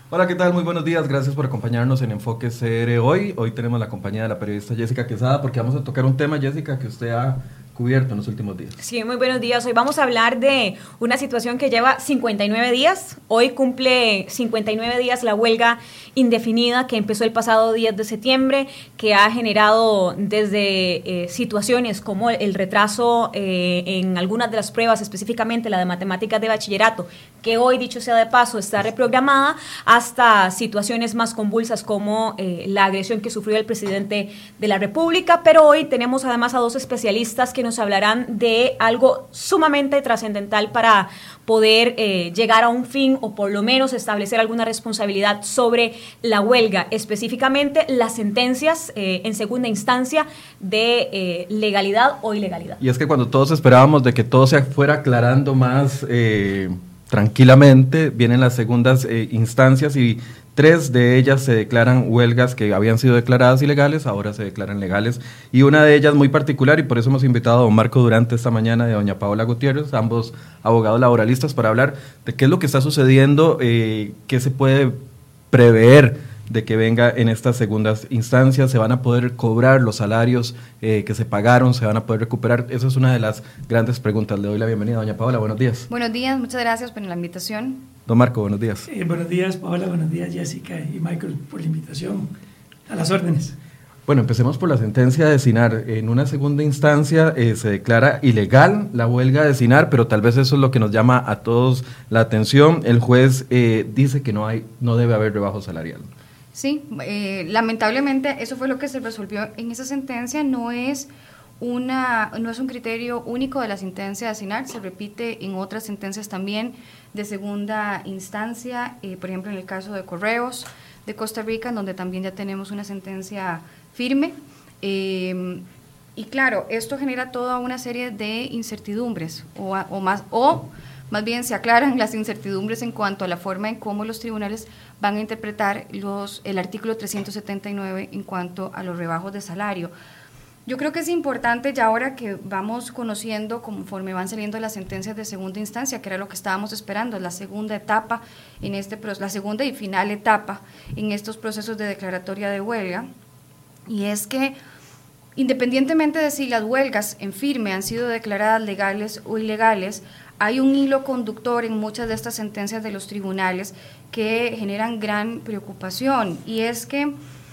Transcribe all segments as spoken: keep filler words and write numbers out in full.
Hola, ¿qué tal? Muy buenos días, gracias por acompañarnos en Enfoque C R hoy. Hoy tenemos la compañía de la periodista Jessica Quesada porque vamos a tocar un tema, Jessica, que usted ha cubierto en los últimos días. Sí, muy buenos días. Hoy vamos a hablar de una situación que lleva cincuenta y nueve días. Hoy cumple cincuenta y nueve días la huelga indefinida que empezó el pasado diez de septiembre, que ha generado desde eh, situaciones como el retraso eh, en algunas de las pruebas, específicamente la de matemáticas de bachillerato, que hoy, dicho sea de paso, está reprogramada, hasta situaciones más convulsas como eh, la agresión que sufrió el presidente de la República. Pero hoy tenemos además a dos especialistas que nos hablarán de algo sumamente trascendental para poder eh, llegar a un fin o por lo menos establecer alguna responsabilidad sobre la huelga, específicamente las sentencias eh, en segunda instancia de eh, legalidad o ilegalidad. Y es que cuando todos esperábamos de que todo se fuera aclarando más eh, tranquilamente, vienen las segundas eh, instancias y tres de ellas se declaran huelgas que habían sido declaradas ilegales, ahora se declaran legales, y una de ellas muy particular, y por eso hemos invitado a don Marco Durante esta mañana, de doña Paola Gutiérrez, ambos abogados laboralistas, para hablar de qué es lo que está sucediendo, eh, qué se puede prever de que venga en estas segundas instancias, se van a poder cobrar los salarios eh, que se pagaron, se van a poder recuperar. Esa es una de las grandes preguntas. Le doy la bienvenida a doña Paola, buenos días. Buenos días, muchas gracias por la invitación. Don Marco, buenos días. Eh, buenos días, Paola, buenos días, Jessica y Michael, por la invitación. A las órdenes. Bueno, empecemos por la sentencia de Sinar. En una segunda instancia eh, se declara ilegal la huelga de Sinar, pero tal vez eso es lo que nos llama a todos la atención. El juez eh, dice que no hay, no debe haber rebajo salarial. Sí, eh, lamentablemente eso fue lo que se resolvió en esa sentencia. No es una, no es un criterio único de la sentencia de Sinar, se repite en otras sentencias también de segunda instancia, eh, por ejemplo en el caso de Correos de Costa Rica, en donde también ya tenemos una sentencia firme. Eh, y claro, esto genera toda una serie de incertidumbres, o, o más, o más bien se aclaran las incertidumbres en cuanto a la forma en cómo los tribunales van a interpretar los, el artículo trescientos setenta y nueve en cuanto a los rebajos de salario. Yo creo que es importante ya ahora que vamos conociendo conforme van saliendo las sentencias de segunda instancia, que era lo que estábamos esperando, la segunda etapa, en este la segunda y final etapa en estos procesos de declaratoria de huelga, y es que independientemente de si las huelgas en firme han sido declaradas legales o ilegales, hay un hilo conductor en muchas de estas sentencias de los tribunales que generan gran preocupación, y es que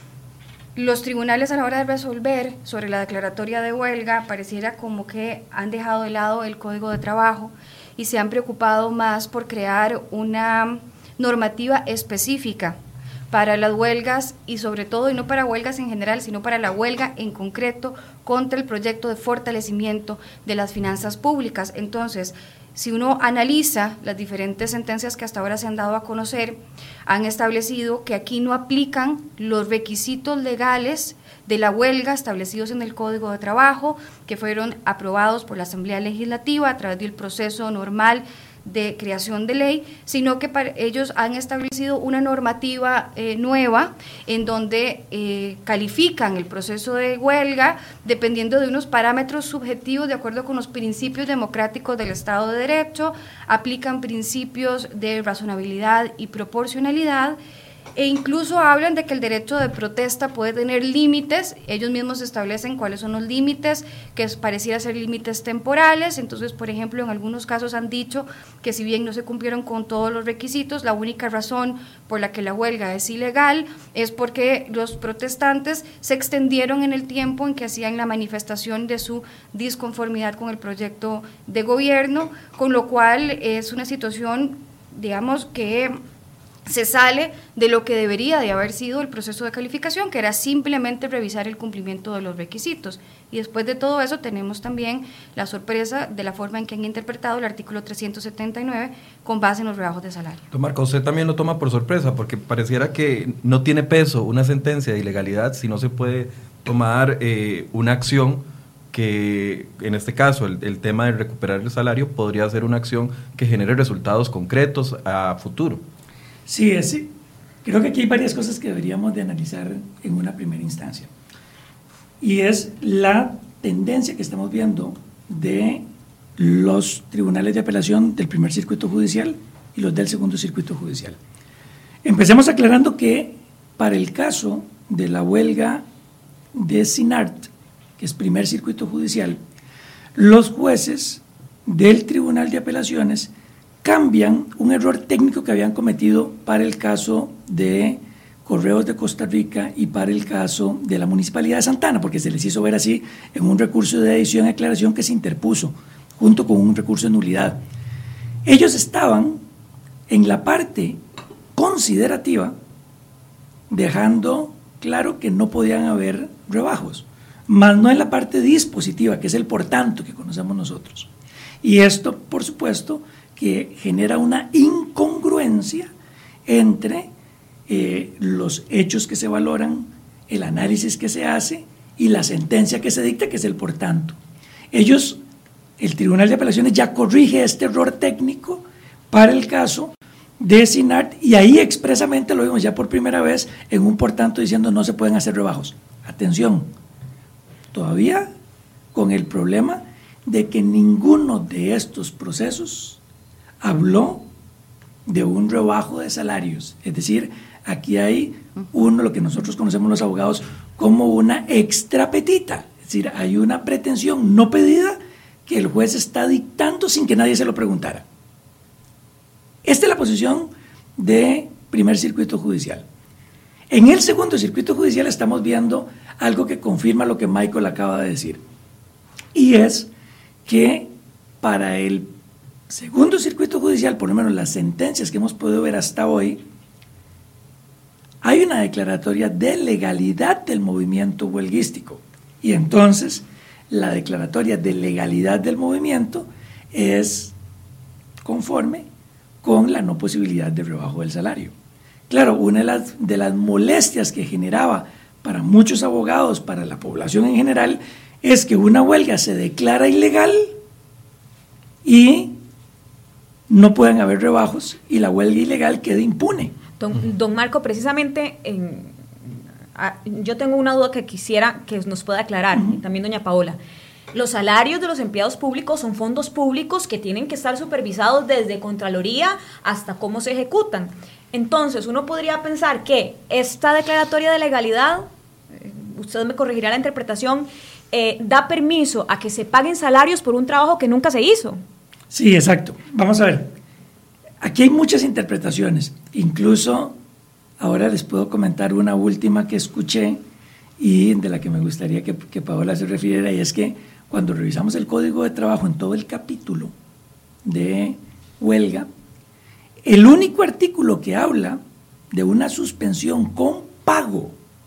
los tribunales a la hora de resolver sobre la declaratoria de huelga pareciera como que han dejado de lado el Código de Trabajo y se han preocupado más por crear una normativa específica para las huelgas y sobre todo, y no para huelgas en general, sino para la huelga en concreto contra el proyecto de fortalecimiento de las finanzas públicas. Entonces, si uno analiza las diferentes sentencias que hasta ahora se han dado a conocer, han establecido que aquí no aplican los requisitos legales de la huelga establecidos en el Código de Trabajo, que fueron aprobados por la Asamblea Legislativa a través del proceso normal de creación de ley, sino que para ellos han establecido una normativa eh, nueva en donde eh, califican el proceso de huelga dependiendo de unos parámetros subjetivos de acuerdo con los principios democráticos del Estado de Derecho, aplican principios de razonabilidad y proporcionalidad, e incluso hablan de que el derecho de protesta puede tener límites. Ellos mismos establecen cuáles son los límites, que pareciera ser límites temporales. Entonces, por ejemplo, en algunos casos han dicho que si bien no se cumplieron con todos los requisitos, la única razón por la que la huelga es ilegal es porque los protestantes se extendieron en el tiempo en que hacían la manifestación de su disconformidad con el proyecto de gobierno, con lo cual es una situación, digamos, que se sale de lo que debería de haber sido el proceso de calificación, que era simplemente revisar el cumplimiento de los requisitos. Y después de todo eso tenemos también la sorpresa de la forma en que han interpretado el artículo trescientos setenta y nueve con base en los rebajos de salario. Don Marco, usted también lo toma por sorpresa, porque pareciera que no tiene peso una sentencia de ilegalidad si no se puede tomar eh, una acción que, en este caso, el, el tema de recuperar el salario podría ser una acción que genere resultados concretos a futuro. Sí, es, sí. Creo que aquí hay varias cosas que deberíamos de analizar en una primera instancia. Y es la tendencia que estamos viendo de los tribunales de apelación del primer circuito judicial y los del segundo circuito judicial. Empecemos aclarando que para el caso de la huelga de SINART, que es primer circuito judicial, los jueces del Tribunal de Apelaciones cambian un error técnico que habían cometido para el caso de Correos de Costa Rica y para el caso de la Municipalidad de Santa Ana, porque se les hizo ver así en un recurso de adición y aclaración que se interpuso junto con un recurso de nulidad. Ellos estaban en la parte considerativa dejando claro que no podían haber rebajos, más no en la parte dispositiva, que es el por tanto que conocemos nosotros. Y esto, por supuesto, que genera una incongruencia entre eh, los hechos que se valoran, el análisis que se hace y la sentencia que se dicta, que es el por tanto. Ellos, el Tribunal de Apelaciones ya corrige este error técnico para el caso de SINART y ahí expresamente lo vimos ya por primera vez en un por tanto diciendo no se pueden hacer rebajos. Atención, todavía con el problema de que ninguno de estos procesos habló de un rebajo de salarios. Es decir, aquí hay uno, lo que nosotros conocemos los abogados, como una extrapetita. Es decir, hay una pretensión no pedida que el juez está dictando sin que nadie se lo preguntara. Esta es la posición de primer circuito judicial. En el segundo circuito judicial estamos viendo algo que confirma lo que Michael acaba de decir. Y es que para el segundo circuito judicial, por lo menos las sentencias que hemos podido ver hasta hoy, hay una declaratoria de legalidad del movimiento huelguístico. Y entonces, la declaratoria de legalidad del movimiento es conforme con la no posibilidad de rebajo del salario. Claro, una de las, de las molestias que generaba para muchos abogados, para la población en general, es que una huelga se declara ilegal y no pueden haber rebajos y la huelga ilegal queda impune. Don, don Marco, precisamente en, a, yo tengo una duda que quisiera que nos pueda aclarar, uh-huh. y también doña Paola. Los salarios de los empleados públicos son fondos públicos que tienen que estar supervisados desde Contraloría hasta cómo se ejecutan. Entonces, uno podría pensar que esta declaratoria de legalidad, eh, usted me corregirá la interpretación, eh, da permiso a que se paguen salarios por un trabajo que nunca se hizo. Sí, exacto. Vamos a ver. Aquí hay muchas interpretaciones. Incluso, ahora les puedo comentar una última que escuché y de la que me gustaría que, que Paola se refiriera, y es que cuando revisamos el Código de Trabajo en todo el capítulo de huelga, el único artículo que habla de una suspensión con pago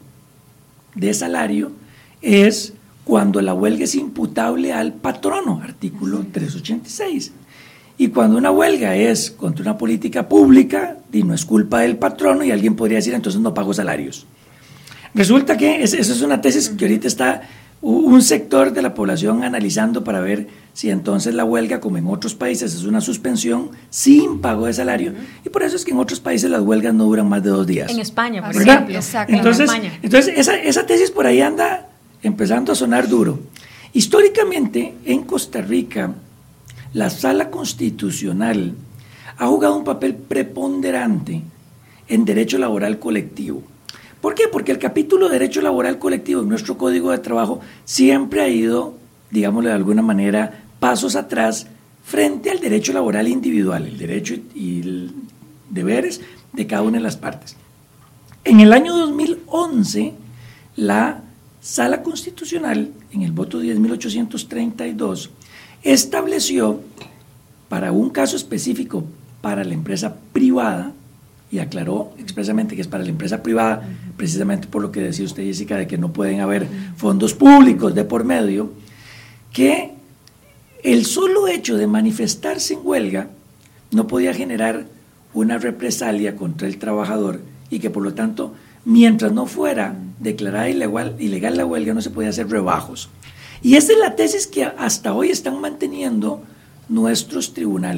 de salario es cuando la huelga es imputable al patrono, artículo trescientos ochenta y seis. Y cuando una huelga es contra una política pública y no es culpa del patrono, y alguien podría decir entonces no pago salarios. Resulta que esa es una tesis que ahorita está un sector de la población analizando para ver si entonces la huelga, como en otros países, es una suspensión sin pago de salario. Uh-huh. Y por eso es que en otros países las huelgas no duran más de dos días. En España, por ¿verdad? ejemplo. Exacto. Entonces, en España. entonces esa, esa tesis por ahí anda empezando a sonar duro. Históricamente, en Costa Rica, la Sala Constitucional ha jugado un papel preponderante en derecho laboral colectivo. ¿Por qué? Porque el capítulo de derecho laboral colectivo en nuestro Código de Trabajo siempre ha ido, digámoslo de alguna manera, pasos atrás frente al derecho laboral individual, el derecho y el deberes de cada una de las partes. En el año dos mil once, la Sala Constitucional, en el voto diez mil ochocientos treinta y dos, estableció para un caso específico para la empresa privada, y aclaró expresamente que es para la empresa privada, precisamente por lo que decía usted, Jessica, de que no pueden haber fondos públicos de por medio, que el solo hecho de manifestarse en huelga no podía generar una represalia contra el trabajador y que por lo tanto, mientras no fuera declarada ilegal, ilegal la huelga, no se podía hacer rebajos. Y esa es la tesis que hasta hoy están manteniendo nuestros tribunales.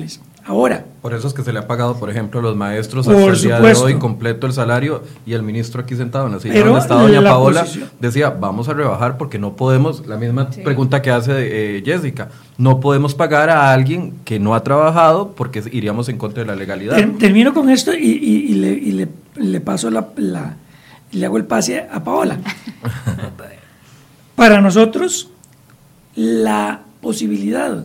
Ahora, por eso es que se le ha pagado, por ejemplo, a los maestros por hasta el día supuesto. de hoy completo el salario, y el ministro aquí sentado en la silla Pero donde está doña la Paola posición- decía, vamos a rebajar porque no podemos, la misma Sí. pregunta que hace eh, Jessica, no podemos pagar a alguien que no ha trabajado porque iríamos en contra de la legalidad. Ter- termino con esto y, y- y le, y le- le paso la, la- le hago el pase a Paola. Para nosotros, la posibilidad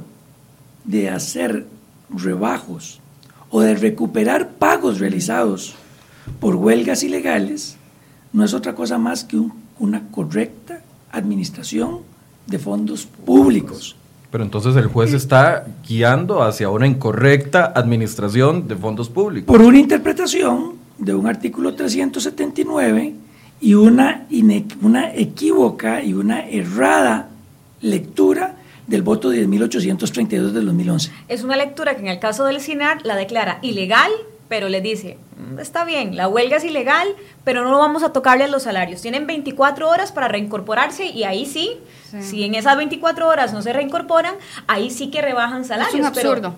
de hacer rebajos o de recuperar pagos realizados por huelgas ilegales no es otra cosa más que un- una correcta administración de fondos públicos. Pero entonces el juez está guiando hacia una incorrecta administración de fondos públicos. Por una interpretación de un artículo trescientos setenta y nueve y una, ine- una equívoca y una errada lectura del voto diez mil ochocientos treinta y dos del dos mil once. Es una lectura que en el caso del SINAR la declara ilegal, pero le dice, "Mm, está bien, la huelga es ilegal, pero no vamos a tocarles los salarios. Tienen veinticuatro horas para reincorporarse y ahí sí, Sí. si en esas veinticuatro horas no se reincorporan, ahí sí que rebajan salarios. Es un pero- absurdo.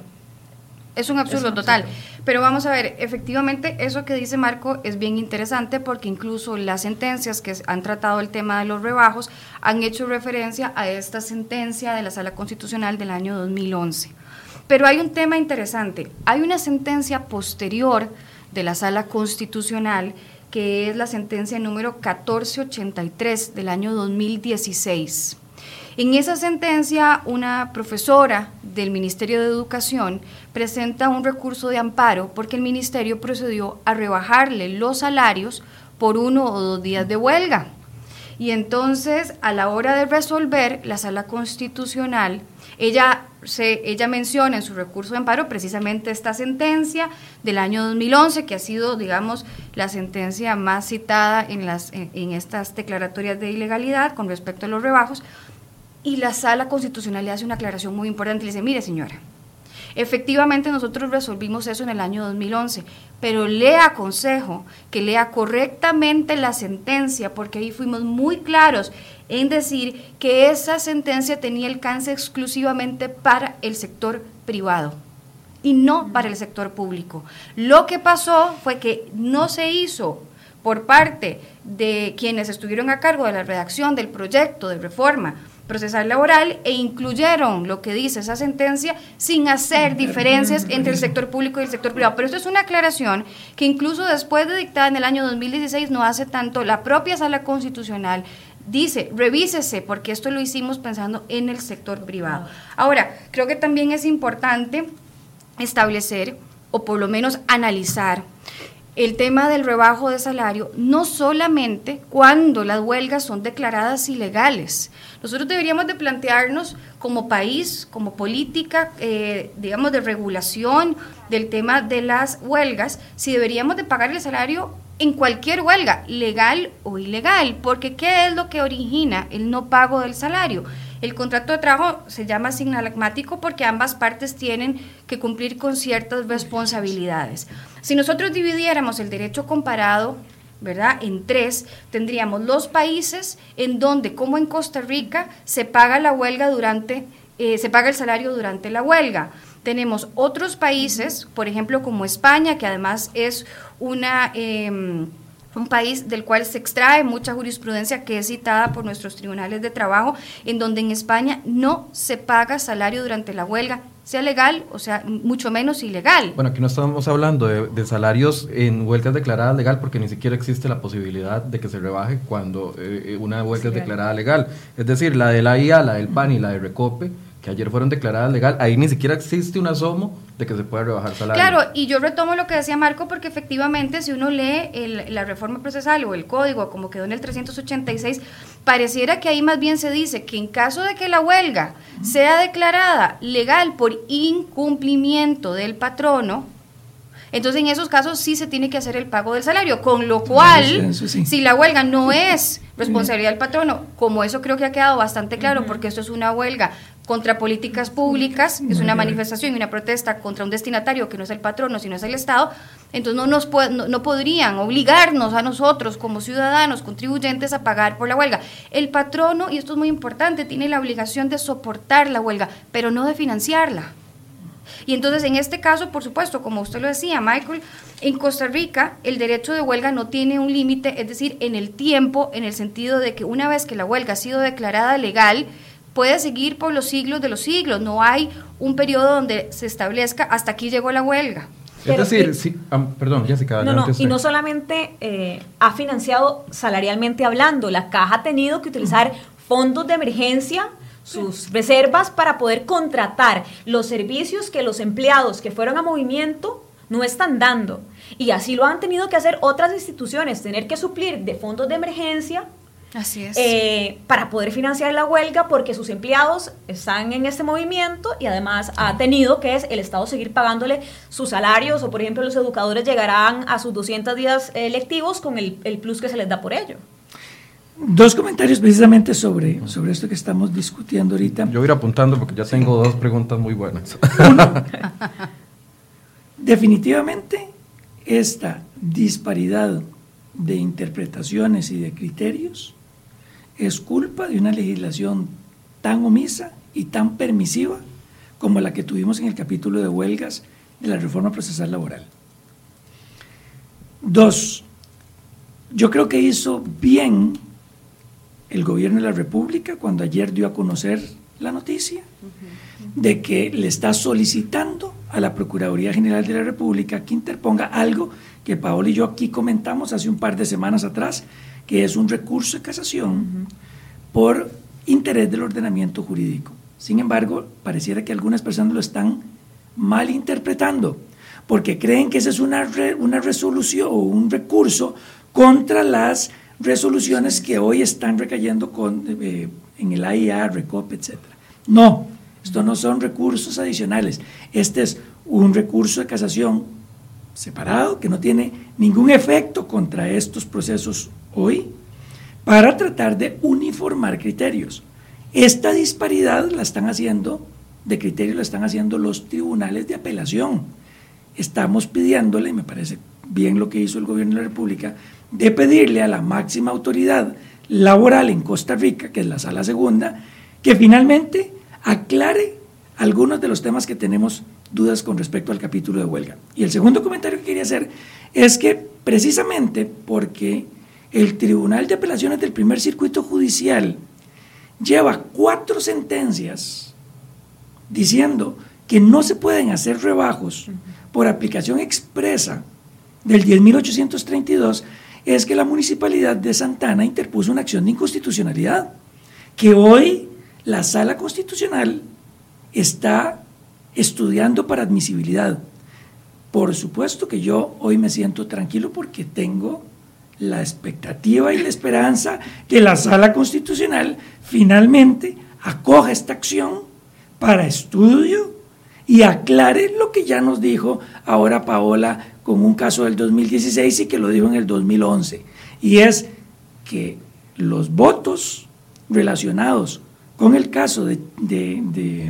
Es un absurdo Es un total. absurdo. Pero vamos a ver, efectivamente eso que dice Marco es bien interesante porque incluso las sentencias que han tratado el tema de los rebajos han hecho referencia a esta sentencia de la Sala Constitucional del año dos mil once. Pero hay un tema interesante. Hay una sentencia posterior de la Sala Constitucional que es la sentencia número catorce ochenta y tres del año dos mil dieciséis. En esa sentencia, una profesora del Ministerio de Educación presenta un recurso de amparo porque el ministerio procedió a rebajarle los salarios por uno o dos días de huelga. Y entonces, a la hora de resolver, la Sala Constitucional, ella, se, ella menciona en su recurso de amparo precisamente esta sentencia del año dos mil once, que ha sido, digamos, la sentencia más citada en, las, en, en estas declaratorias de ilegalidad con respecto a los rebajos. Y la Sala Constitucional le hace una aclaración muy importante y le dice, mire señora, efectivamente nosotros resolvimos eso en el año dos mil once, pero le aconsejo que lea correctamente la sentencia, porque ahí fuimos muy claros en decir que esa sentencia tenía alcance exclusivamente para el sector privado y no para el sector público. Lo que pasó fue que no se hizo por parte de quienes estuvieron a cargo de la redacción del proyecto de reforma procesal laboral e incluyeron lo que dice esa sentencia sin hacer diferencias entre el sector público y el sector privado. Pero esto es una aclaración que incluso después de dictada en el año dos mil dieciséis, no hace tanto, la propia Sala Constitucional dice, revísese, porque esto lo hicimos pensando en el sector privado. Ahora, creo que también es importante establecer, o por lo menos analizar, el tema del rebajo de salario, no solamente cuando las huelgas son declaradas ilegales. Nosotros deberíamos de plantearnos como país, como política, eh, digamos, de regulación del tema de las huelgas, si deberíamos de pagar el salario en cualquier huelga, legal o ilegal, porque ¿qué es lo que origina el no pago del salario? El contrato de trabajo se llama sinalagmático porque ambas partes tienen que cumplir con ciertas responsabilidades. Si nosotros dividiéramos el derecho comparado, ¿verdad?, en tres, tendríamos los países en donde, como en Costa Rica, se paga la huelga durante, eh, se paga el salario durante la huelga. Tenemos otros países, por ejemplo, como España, que además es una... Eh, un país del cual se extrae mucha jurisprudencia que es citada por nuestros tribunales de trabajo, en donde en España no se paga salario durante la huelga, sea legal o sea mucho menos ilegal. Bueno, aquí no estamos hablando de, de salarios en huelgas declaradas legal porque ni siquiera existe la posibilidad de que se rebaje cuando eh, una huelga es declarada legal. Es decir, la de la I A, la del P A N y la de Recope, que ayer fueron declaradas legal, ahí ni siquiera existe un asomo de que se pueda rebajar salario. Claro, y yo retomo lo que decía Marco, porque efectivamente si uno lee el, la reforma procesal o el código como quedó en el trescientos ochenta y seis, pareciera que ahí más bien se dice que en caso de que la huelga sea declarada legal por incumplimiento del patrono, entonces en esos casos sí se tiene que hacer el pago del salario, con lo cual, Eso sí. si la huelga no es responsabilidad del patrono, como eso creo que ha quedado bastante claro, porque esto es una huelga contra políticas públicas, es una manifestación y una protesta contra un destinatario que no es el patrono, sino es el Estado, entonces no, nos puede, no, no podrían obligarnos a nosotros como ciudadanos, contribuyentes, a pagar por la huelga. El patrono, y esto es muy importante, tiene la obligación de soportar la huelga, pero no de financiarla. Y entonces, en este caso, por supuesto, como usted lo decía, Michael, en Costa Rica el derecho de huelga no tiene un límite, es decir, en el tiempo, en el sentido de que una vez que la huelga ha sido declarada legal, puede seguir por los siglos de los siglos. No hay un periodo donde se establezca hasta aquí llegó la huelga. Es decir, sí, um, perdón, Jessica. No, no, y no solamente eh, ha financiado salarialmente hablando, la Caja ha tenido que utilizar fondos de emergencia, sus reservas, para poder contratar los servicios que los empleados que fueron a movimiento no están dando. Y así lo han tenido que hacer otras instituciones, tener que suplir de fondos de emergencia. Así es. Eh, para poder financiar la huelga, porque sus empleados están en este movimiento y además ha tenido que es el Estado seguir pagándole sus salarios, o por ejemplo los educadores llegarán a sus doscientos días eh, lectivos con el, el plus que se les da por ello. Dos comentarios precisamente sobre, sobre esto que estamos discutiendo ahorita. Yo voy a ir apuntando porque ya tengo dos preguntas muy buenas. Uno, definitivamente esta disparidad de interpretaciones y de criterios es culpa de una legislación tan omisa y tan permisiva como la que tuvimos en el capítulo de huelgas de la reforma procesal laboral. Dos, yo creo que hizo bien el gobierno de la República cuando ayer dio a conocer la noticia de que le está solicitando a la Procuraduría General de la República que interponga algo que Paola y yo aquí comentamos hace un par de semanas atrás, que es un recurso de casación uh-huh. por interés del ordenamiento jurídico. Sin embargo, pareciera que algunas personas lo están malinterpretando, porque creen que esa es una, re, una resolución o un recurso contra las resoluciones que hoy están recayendo con, eh, en el A I A, RECOP, etcétera. No, estos no son recursos adicionales. Este es un recurso de casación separado, que no tiene ningún efecto contra estos procesos hoy, para tratar de uniformar criterios. Esta disparidad la están haciendo, de criterios la están haciendo los tribunales de apelación. Estamos pidiéndole, y me parece bien lo que hizo el gobierno de la República, de pedirle a la máxima autoridad laboral en Costa Rica, que es la Sala Segunda, que finalmente aclare algunos de los temas que tenemos dudas con respecto al capítulo de huelga. Y el segundo comentario que quería hacer es que precisamente porque el Tribunal de Apelaciones del Primer Circuito Judicial lleva cuatro sentencias diciendo que no se pueden hacer rebajos por aplicación expresa del diez mil ochocientos treinta y dos, es que la Municipalidad de Santa Ana interpuso una acción de inconstitucionalidad, que hoy la Sala Constitucional está estudiando para admisibilidad. Por supuesto que yo hoy me siento tranquilo porque tengo la expectativa y la esperanza que la Sala Constitucional finalmente acoja esta acción para estudio y aclare lo que ya nos dijo ahora Paola con un caso del dos mil dieciséis y que lo dijo en el dos mil once, y es que los votos relacionados con el caso de, de, de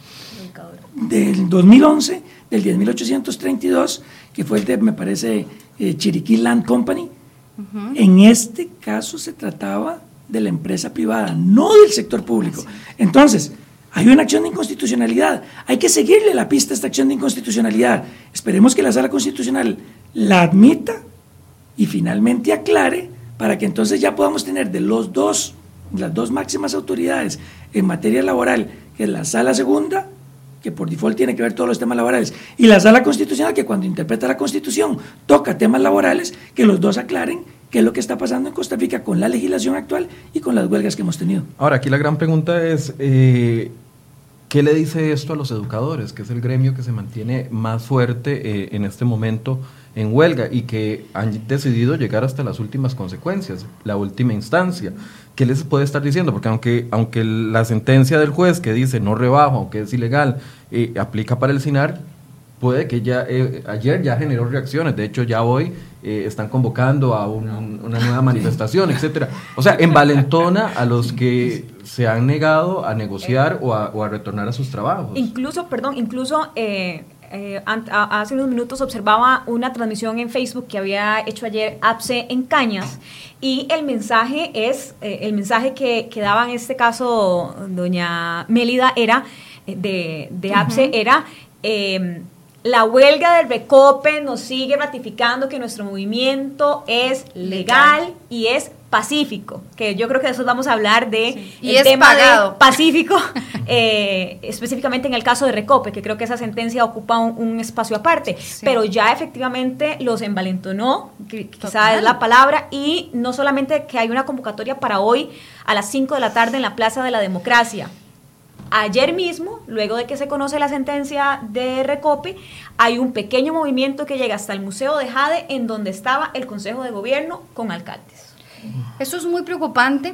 del dos mil once, del diez mil ochocientos treinta y dos, que fue el de, me parece, eh, Chiriquí Land Company. Uh-huh. En este caso se trataba de la empresa privada, no del sector público. Entonces, hay una acción de inconstitucionalidad. Hay que seguirle la pista a esta acción de inconstitucionalidad. Esperemos que la Sala Constitucional la admita y finalmente aclare para que entonces ya podamos tener de los dos, las dos máximas autoridades en materia laboral, que es la Sala Segunda, que por default tiene que ver todos los temas laborales, y la Sala Constitucional, que cuando interpreta la Constitución toca temas laborales, que los dos aclaren qué es lo que está pasando en Costa Rica con la legislación actual y con las huelgas que hemos tenido. Ahora, aquí la gran pregunta es, eh, ¿qué le dice esto a los educadores, que es el gremio que se mantiene más fuerte eh, en este momento en huelga y que han decidido llegar hasta las últimas consecuencias, la última instancia? ¿Qué les puede estar diciendo? Porque aunque, aunque la sentencia del juez que dice no rebajo, aunque es ilegal, eh, aplica para el SINAR, puede que ya eh, ayer ya generó reacciones. De hecho, ya hoy eh, están convocando a un, una nueva manifestación, etcétera. O sea, envalentona a los que se han negado a negociar o a, o a retornar a sus trabajos. Incluso, perdón, incluso eh, eh, a, hace unos minutos observaba una transmisión en Facebook que había hecho ayer APSE en Cañas, y el mensaje es, eh, el mensaje que, que daba en este caso doña Mélida era, de, de APSE, uh-huh. era Eh, la huelga del Recope nos sigue ratificando que nuestro movimiento es legal, legal. y es pacífico, que yo creo que de eso vamos a hablar de sí. y el es tema pagado. de pacífico, eh, específicamente en el caso de Recope, que creo que esa sentencia ocupa un, un espacio aparte, sí. pero ya efectivamente los envalentonó, que quizá Total. es la palabra, y no solamente que hay una convocatoria para hoy a las cinco de la tarde en la Plaza de la Democracia. Ayer mismo, luego de que se conoce la sentencia de Recope, hay un pequeño movimiento que llega hasta el Museo de Jade, en donde estaba el Consejo de Gobierno con alcaldes. Eso es muy preocupante,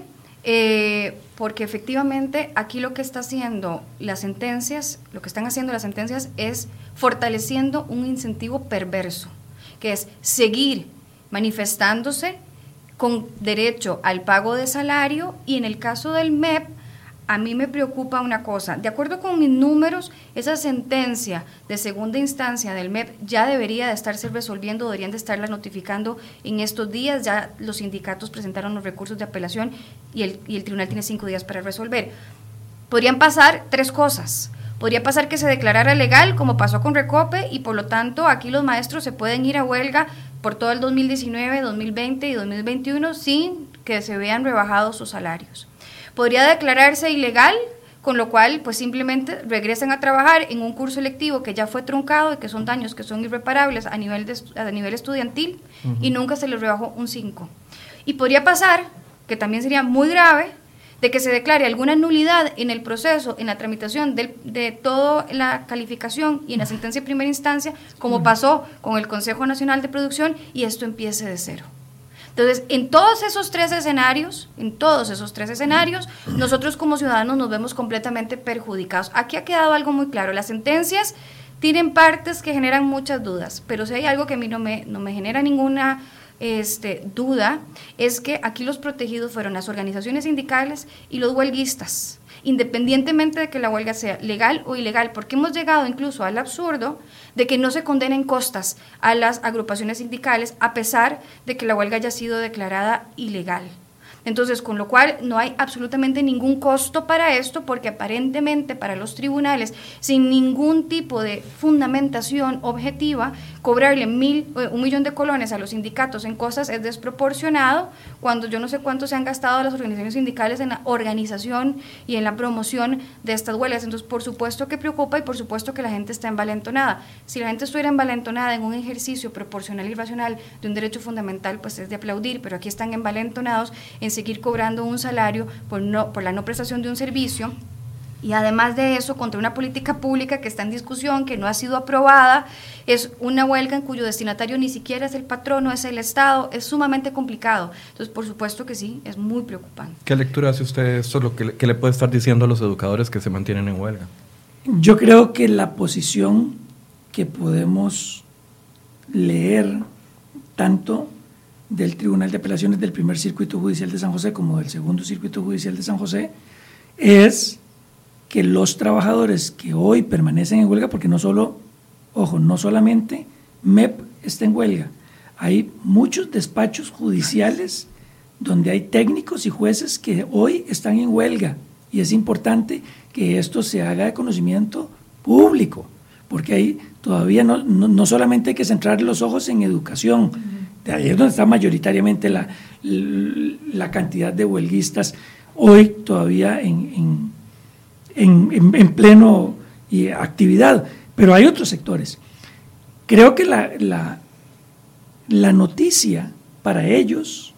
eh, porque efectivamente aquí lo que está haciendo las sentencias, lo que están haciendo las sentencias es fortaleciendo un incentivo perverso, que es seguir manifestándose con derecho al pago de salario, y en el caso del M E P, a mí me preocupa una cosa. De acuerdo con mis números, esa sentencia de segunda instancia del M E P ya debería de estarse resolviendo, deberían de estarla notificando en estos días. Ya los sindicatos presentaron los recursos de apelación y el, y el tribunal tiene cinco días para resolver. Podrían pasar tres cosas. Podría pasar que se declarara legal, como pasó con Recope, y por lo tanto aquí los maestros se pueden ir a huelga por todo el dos mil diecinueve, dos mil veinte y dos mil veintiuno sin que se vean rebajados sus salarios. Podría declararse ilegal, con lo cual pues simplemente regresan a trabajar en un curso electivo que ya fue truncado y que son daños que son irreparables a nivel, de, a nivel estudiantil, uh-huh. y nunca se les rebajó un cinco. Y podría pasar, que también sería muy grave, de que se declare alguna nulidad en el proceso, en la tramitación de, de toda la calificación y en la sentencia de primera instancia, como pasó con el Consejo Nacional de Producción, y esto empiece de cero. Entonces, en todos esos tres escenarios, en todos esos tres escenarios, nosotros como ciudadanos nos vemos completamente perjudicados. Aquí ha quedado algo muy claro, las sentencias tienen partes que generan muchas dudas, pero si hay algo que a mí no me, no me genera ninguna este, duda, es que aquí los protegidos fueron las organizaciones sindicales y los huelguistas, independientemente de que la huelga sea legal o ilegal, porque hemos llegado incluso al absurdo de que no se condenen costas a las agrupaciones sindicales a pesar de que la huelga haya sido declarada ilegal. Entonces, con lo cual no hay absolutamente ningún costo para esto, porque aparentemente para los tribunales, sin ningún tipo de fundamentación objetiva, cobrarle mil, un millón de colones a los sindicatos en cosas es desproporcionado, cuando yo no sé cuánto se han gastado las organizaciones sindicales en la organización y en la promoción de estas huelgas. Entonces, por supuesto que preocupa y por supuesto que la gente está envalentonada. Si la gente estuviera envalentonada en un ejercicio proporcional y racional de un derecho fundamental, pues es de aplaudir, pero aquí están envalentonados en seguir cobrando un salario por, no, por la no prestación de un servicio, y además de eso, contra una política pública que está en discusión, que no ha sido aprobada, es una huelga en cuyo destinatario ni siquiera es el patrono, es el Estado, es sumamente complicado. Entonces, por supuesto que sí, es muy preocupante. ¿Qué lectura hace usted de esto, lo que, que le puede estar diciendo a los educadores que se mantienen en huelga? Yo creo que la posición que podemos leer tanto del Tribunal de Apelaciones del Primer Circuito Judicial de San José como del Segundo Circuito Judicial de San José es que los trabajadores que hoy permanecen en huelga, porque no solo, ojo, no solamente M E P está en huelga, hay muchos despachos judiciales donde hay técnicos y jueces que hoy están en huelga, y es importante que esto se haga de conocimiento público, porque ahí todavía no, no, no solamente hay que centrar los ojos en educación, de ahí es donde está mayoritariamente la, la cantidad de huelguistas hoy todavía en, en, en, en, en pleno y actividad, pero hay otros sectores. Creo que la, la, la noticia para ellos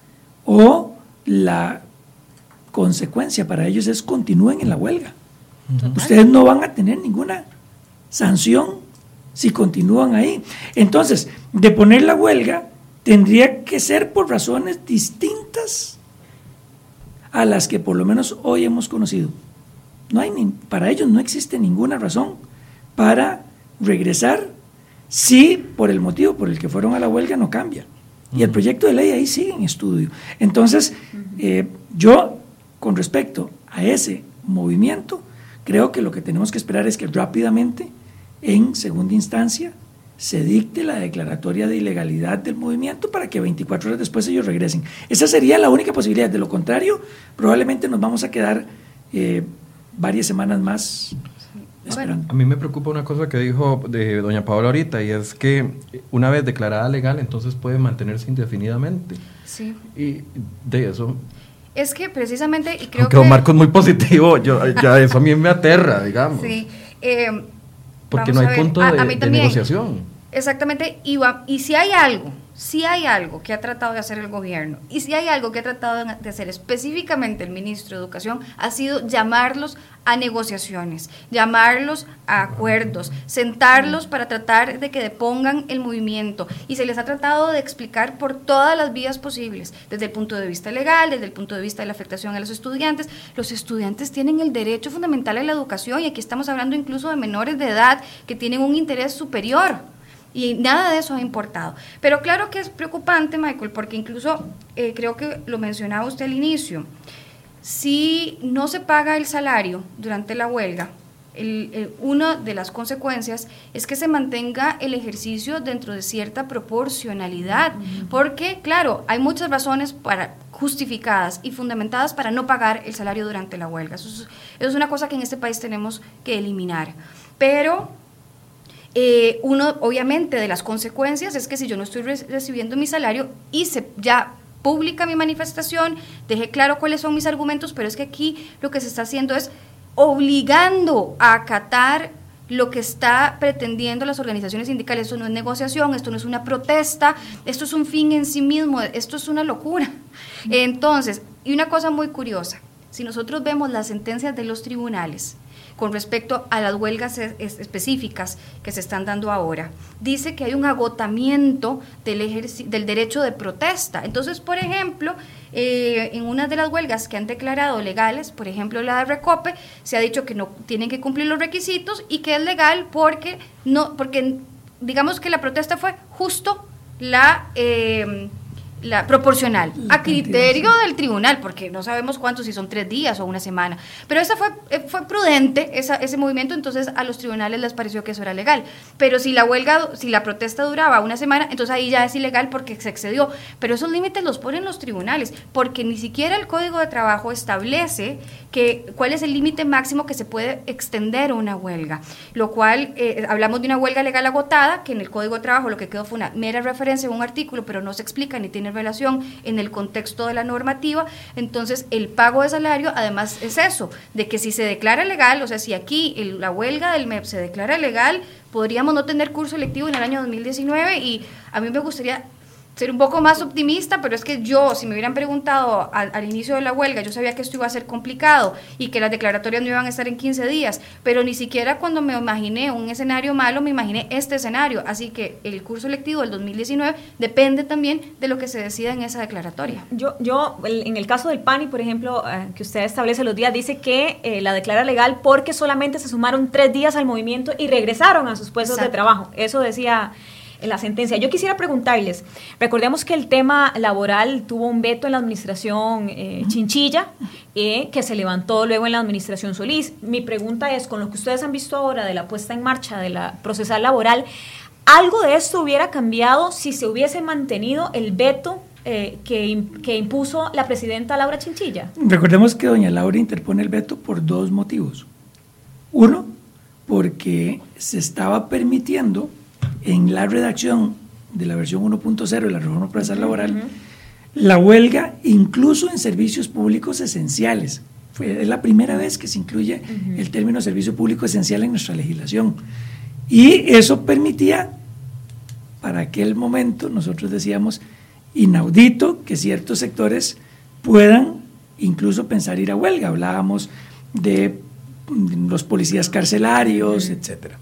o la consecuencia para ellos es continúen en la huelga. Uh-huh. Ustedes no van a tener ninguna sanción si continúan ahí. Entonces, de poner la huelga tendría que ser por razones distintas a las que por lo menos hoy hemos conocido. No hay ni, para ellos no existe ninguna razón para regresar si por el motivo por el que fueron a la huelga no cambia. Y el proyecto de ley ahí sigue en estudio. Entonces, eh, yo, con respecto a ese movimiento, creo que lo que tenemos que esperar es que rápidamente, en segunda instancia, se dicte la declaratoria de ilegalidad del movimiento para que veinticuatro horas después ellos regresen. Esa sería la única posibilidad. De lo contrario, probablemente nos vamos a quedar eh, varias semanas más esperando. A mí me preocupa una cosa que dijo de doña Paola ahorita, y es que una vez declarada legal, entonces puede mantenerse indefinidamente. Sí. Y de eso... Es que precisamente, y creo Aunque que... don Marco es muy positivo, yo, ya eso a mí me aterra, digamos. Sí. Eh, porque no hay punto a, de, a mí de también, negociación. Exactamente, y, va, y si hay algo, si hay algo que ha tratado de hacer el gobierno, y si hay algo que ha tratado de hacer específicamente el ministro de Educación, ha sido llamarlos a negociaciones, llamarlos a acuerdos, sentarlos para tratar de que depongan el movimiento, y se les ha tratado de explicar por todas las vías posibles, desde el punto de vista legal, desde el punto de vista de la afectación a los estudiantes. Los estudiantes tienen el derecho fundamental a la educación, y aquí estamos hablando incluso de menores de edad que tienen un interés superior. Y nada de eso ha importado. Pero claro que es preocupante, Michael, porque incluso eh, creo que lo mencionaba usted al inicio, si no se paga el salario durante la huelga, el, el, una de las consecuencias es que se mantenga el ejercicio dentro de cierta proporcionalidad, uh-huh. porque claro, hay muchas razones para justificadas y fundamentadas para no pagar el salario durante la huelga. Eso es, eso es una cosa que en este país tenemos que eliminar. Pero... Eh, uno, obviamente, de las consecuencias es que si yo no estoy re- recibiendo mi salario y se ya publica mi manifestación, deje claro cuáles son mis argumentos, pero es que aquí lo que se está haciendo es obligando a acatar lo que está pretendiendo las organizaciones sindicales. Esto no es negociación, esto no es una protesta, esto es un fin en sí mismo, esto es una locura. Entonces, y una cosa muy curiosa, si nosotros vemos las sentencias de los tribunales con respecto a las huelgas es, específicas que se están dando ahora, dice que hay un agotamiento del, ejerci- del derecho de protesta. Entonces, por ejemplo, eh, en una de las huelgas que han declarado legales, por ejemplo la de Recope, se ha dicho que no tienen que cumplir los requisitos y que es legal porque, no, porque digamos que la protesta fue justo la... Eh, la proporcional, la a criterio sí. del tribunal, porque no sabemos cuántos, si son tres días o una semana, pero esa fue, fue prudente, esa, ese movimiento, entonces a los tribunales les pareció que eso era legal, pero si la huelga, si la protesta duraba una semana, entonces ahí ya es ilegal porque se excedió, pero esos límites los ponen los tribunales, porque ni siquiera el Código de Trabajo establece que cuál es el límite máximo que se puede extender una huelga, lo cual, eh, hablamos de una huelga legal agotada, que en el Código de Trabajo lo que quedó fue una mera referencia a un artículo, pero no se explica ni tiene relación en el contexto de la normativa. Entonces el pago de salario además es eso, de que si se declara legal, o sea, si aquí el, la huelga del M E P se declara legal, podríamos no tener curso electivo en el año dos mil diecinueve, y a mí me gustaría ser un poco más optimista, pero es que yo, si me hubieran preguntado al, al inicio de la huelga, yo sabía que esto iba a ser complicado y que las declaratorias no iban a estar en quince días, pero ni siquiera cuando me imaginé un escenario malo, me imaginé este escenario, así que el curso lectivo del dos mil diecinueve depende también de lo que se decida en esa declaratoria. Yo, yo en el caso del P A N I, por ejemplo, eh, que usted establece los días, dice que eh, la declara legal porque solamente se sumaron tres días al movimiento y regresaron a sus puestos Exacto. de trabajo, eso decía en la sentencia. Yo quisiera preguntarles, recordemos que el tema laboral tuvo un veto en la administración eh, Chinchilla, eh, que se levantó luego en la administración Solís. Mi pregunta es, con lo que ustedes han visto ahora de la puesta en marcha de la procesal laboral, ¿algo de esto hubiera cambiado si se hubiese mantenido el veto eh, que, que impuso la presidenta Laura Chinchilla? Recordemos que doña Laura interpone el veto por dos motivos. Uno, porque se estaba permitiendo en la redacción de la versión uno punto cero de la reforma procesal laboral, uh-huh. la huelga incluso en servicios públicos esenciales. Fue, es la primera vez que se incluye uh-huh. el término servicio público esencial en nuestra legislación. Y eso permitía, para aquel momento, nosotros decíamos, inaudito que ciertos sectores puedan incluso pensar ir a huelga. Hablábamos de los policías carcelarios, uh-huh. etcétera.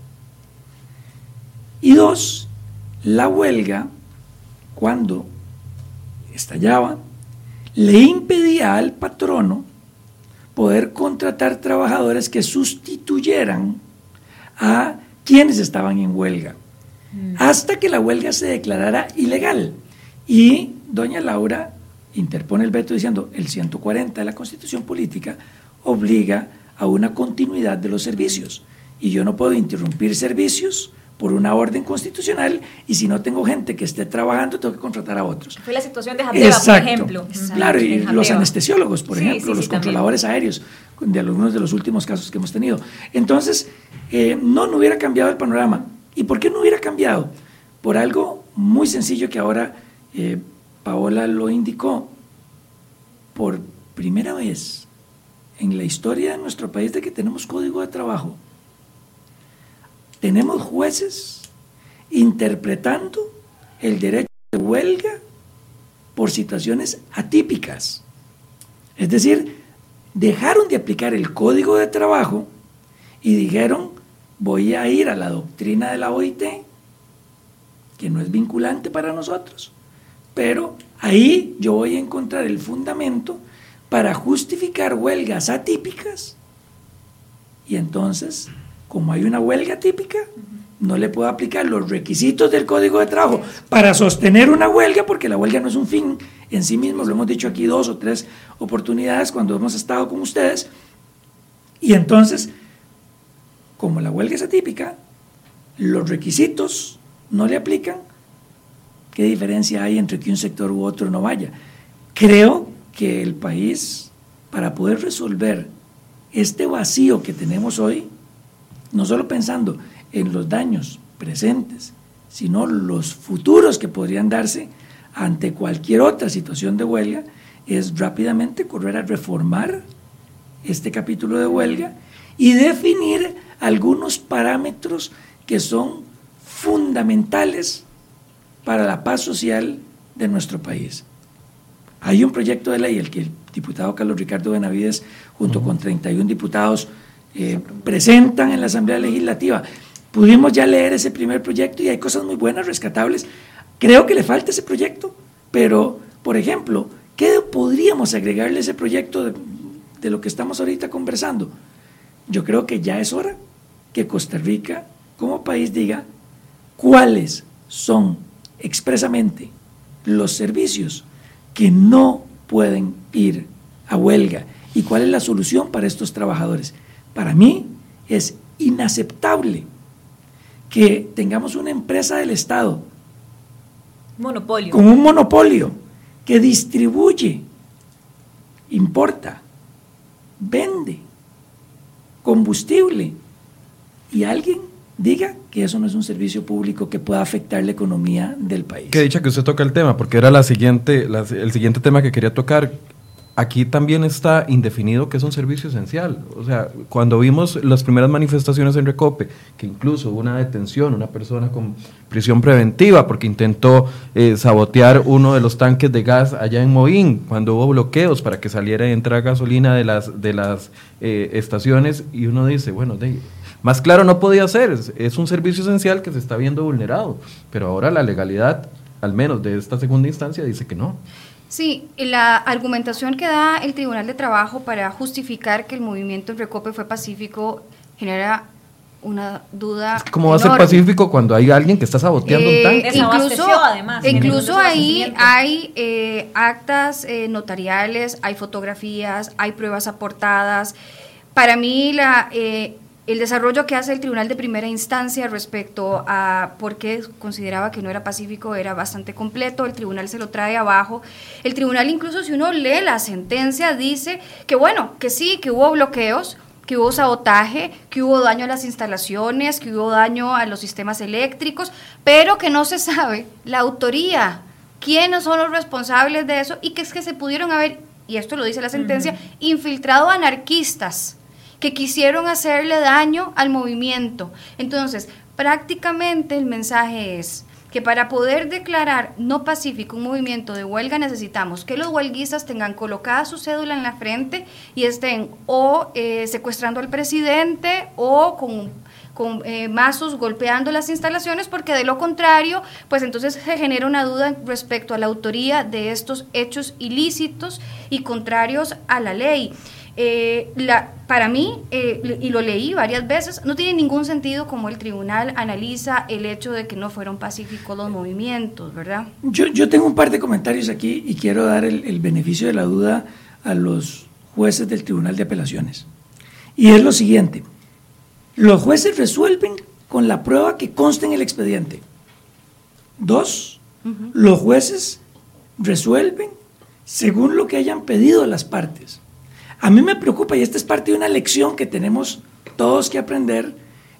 Y dos, la huelga, cuando estallaba, le impedía al patrono poder contratar trabajadores que sustituyeran a quienes estaban en huelga, mm. hasta que la huelga se declarara ilegal. Y doña Laura interpone el veto diciendo, el ciento cuarenta de la Constitución Política obliga a una continuidad de los servicios, y yo no puedo interrumpir servicios por una orden constitucional, y si no tengo gente que esté trabajando, tengo que contratar a otros. Fue la situación de Jateva, por ejemplo. Exacto. Claro, y los anestesiólogos, por sí, ejemplo, sí, los sí, controladores también. aéreos, de algunos de los últimos casos que hemos tenido. Entonces, eh, no, no hubiera cambiado el panorama. ¿Y por qué no hubiera cambiado? Por algo muy sencillo que ahora eh, Paola lo indicó. Por primera vez en la historia de nuestro país de que tenemos código de trabajo, tenemos jueces interpretando el derecho de huelga por situaciones atípicas. Es decir, dejaron de aplicar el código de trabajo y dijeron, voy a ir a la doctrina de la O I T, que no es vinculante para nosotros, pero ahí yo voy a encontrar el fundamento para justificar huelgas atípicas, y entonces, como hay una huelga típica, no le puedo aplicar los requisitos del Código de Trabajo para sostener una huelga, porque la huelga no es un fin en sí mismo, lo hemos dicho aquí dos o tres oportunidades cuando hemos estado con ustedes, y entonces, como la huelga es atípica, los requisitos no le aplican. ¿Qué diferencia hay entre que un sector u otro no vaya? Creo que el país, para poder resolver este vacío que tenemos hoy, no solo pensando en los daños presentes, sino los futuros que podrían darse ante cualquier otra situación de huelga, es rápidamente correr a reformar este capítulo de huelga y definir algunos parámetros que son fundamentales para la paz social de nuestro país. Hay un proyecto de ley, el que el diputado Carlos Ricardo Benavides, junto uh-huh. con treinta y uno diputados, eh, presentan en la Asamblea Legislativa. Pudimos ya leer ese primer proyecto y hay cosas muy buenas, rescatables. Creo que le falta ese proyecto, pero, por ejemplo, ¿qué podríamos agregarle a ese proyecto de, de lo que estamos ahorita conversando? Yo creo que ya es hora que Costa Rica, como país, diga cuáles son expresamente los servicios que no pueden ir a huelga y cuál es la solución para estos trabajadores. Para mí es inaceptable que tengamos una empresa del Estado monopolio. con un monopolio que distribuye, importa, vende combustible y alguien diga que eso no es un servicio público que pueda afectar la economía del país. Qué dicha que usted toca el tema, porque era la siguiente, la, el siguiente tema que quería tocar. Aquí también está indefinido que es un servicio esencial. O sea, cuando vimos las primeras manifestaciones en Recope, que incluso hubo una detención, una persona con prisión preventiva porque intentó eh, sabotear uno de los tanques de gas allá en Moín, cuando hubo bloqueos para que saliera y entrara gasolina de las, de las eh, estaciones, y uno dice, bueno, de, más claro no podía ser, es, es un servicio esencial que se está viendo vulnerado, pero ahora la legalidad, al menos de esta segunda instancia, dice que no. Sí, la argumentación que da el Tribunal de Trabajo para justificar que el movimiento en Recope fue pacífico genera una duda. Es que ¿cómo va a ser pacífico cuando hay alguien que está saboteando eh, un tanque? Incluso, además, incluso ahí hay eh, actas eh, notariales, hay fotografías, hay pruebas aportadas. Para mí la... Eh, El desarrollo que hace el Tribunal de Primera Instancia respecto a por qué consideraba que no era pacífico era bastante completo. El tribunal se lo trae abajo. El tribunal, incluso si uno lee la sentencia, dice que bueno, que sí, que hubo bloqueos, que hubo sabotaje, que hubo daño a las instalaciones, que hubo daño a los sistemas eléctricos, pero que no se sabe la autoría, quiénes son los responsables de eso, y que es que se pudieron haber, y esto lo dice la sentencia, uh-huh. infiltrado anarquistas que quisieron hacerle daño al movimiento. Entonces, prácticamente el mensaje es que para poder declarar no pacífico un movimiento de huelga necesitamos que los huelguistas tengan colocada su cédula en la frente y estén o eh, secuestrando al presidente o con, con eh, mazos golpeando las instalaciones, porque de lo contrario, pues entonces se genera una duda respecto a la autoría de estos hechos ilícitos y contrarios a la ley. Eh, la, para mí, eh, y lo leí varias veces, no tiene ningún sentido como el tribunal analiza el hecho de que no fueron pacíficos los movimientos, ¿verdad? Yo, yo tengo un par de comentarios aquí y quiero dar el, el beneficio de la duda a los jueces del Tribunal de Apelaciones. Y es lo siguiente: los jueces resuelven con la prueba que consta en el expediente. Dos, uh-huh. los jueces resuelven según lo que hayan pedido las partes. A mí me preocupa, y esta es parte de una lección que tenemos todos que aprender,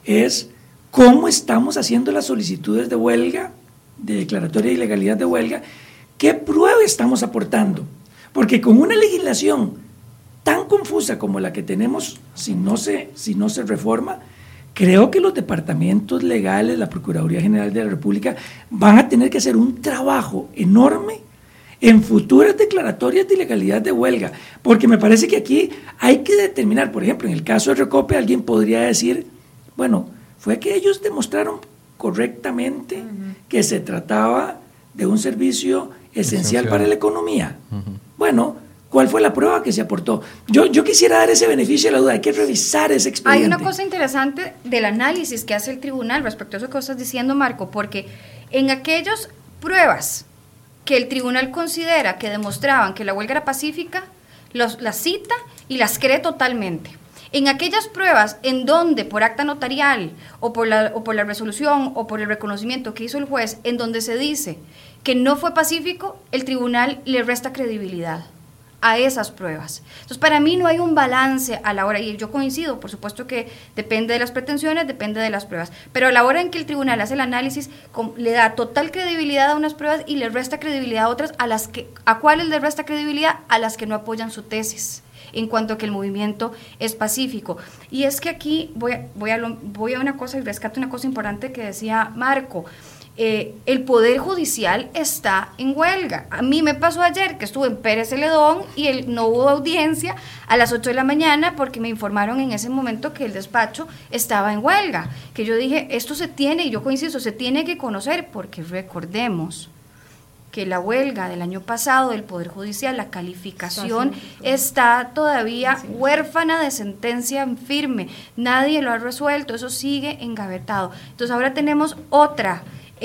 es cómo estamos haciendo las solicitudes de huelga, de declaratoria de ilegalidad de huelga, qué prueba estamos aportando. Porque con una legislación tan confusa como la que tenemos, si no se, si no se reforma, creo que los departamentos legales, la Procuraduría General de la República, van a tener que hacer un trabajo enorme en futuras declaratorias de ilegalidad de huelga, porque me parece que aquí hay que determinar, por ejemplo, en el caso de Recope, alguien podría decir, bueno, fue que ellos demostraron correctamente uh-huh. que se trataba de un servicio esencial, esencial. para la economía. Uh-huh. Bueno, ¿cuál fue la prueba que se aportó? Yo, yo quisiera dar ese beneficio de la duda, hay que revisar ese expediente. Hay una cosa interesante del análisis que hace el tribunal respecto a eso que estás diciendo, Marco, porque en aquellas pruebas que el tribunal considera que demostraban que la huelga era pacífica, los, las cita y las cree totalmente. En aquellas pruebas en donde por acta notarial o por, la, o por la resolución o por el reconocimiento que hizo el juez, en donde se dice que no fue pacífico, el tribunal le resta credibilidad a esas pruebas. Entonces, para mí no hay un balance a la hora, y yo coincido, por supuesto que depende de las pretensiones, depende de las pruebas, pero a la hora en que el tribunal hace el análisis, con, le da total credibilidad a unas pruebas y le resta credibilidad a otras, a las que, ¿a cuáles le resta credibilidad? A las que no apoyan su tesis, en cuanto a que el movimiento es pacífico. Y es que aquí voy a, voy a, lo, voy a una cosa y rescato una cosa importante que decía Marco. Eh, el Poder Judicial está en huelga. A mí me pasó ayer que estuve en Pérez Celedón y el, no hubo audiencia a las ocho de la mañana porque me informaron en ese momento que el despacho estaba en huelga. Que yo dije, esto se tiene, y yo coincido, se tiene que conocer, porque recordemos que la huelga del año pasado del Poder Judicial, la calificación está todavía huérfana de sentencia en firme. Nadie lo ha resuelto, eso sigue engavetado. Entonces ahora tenemos otra...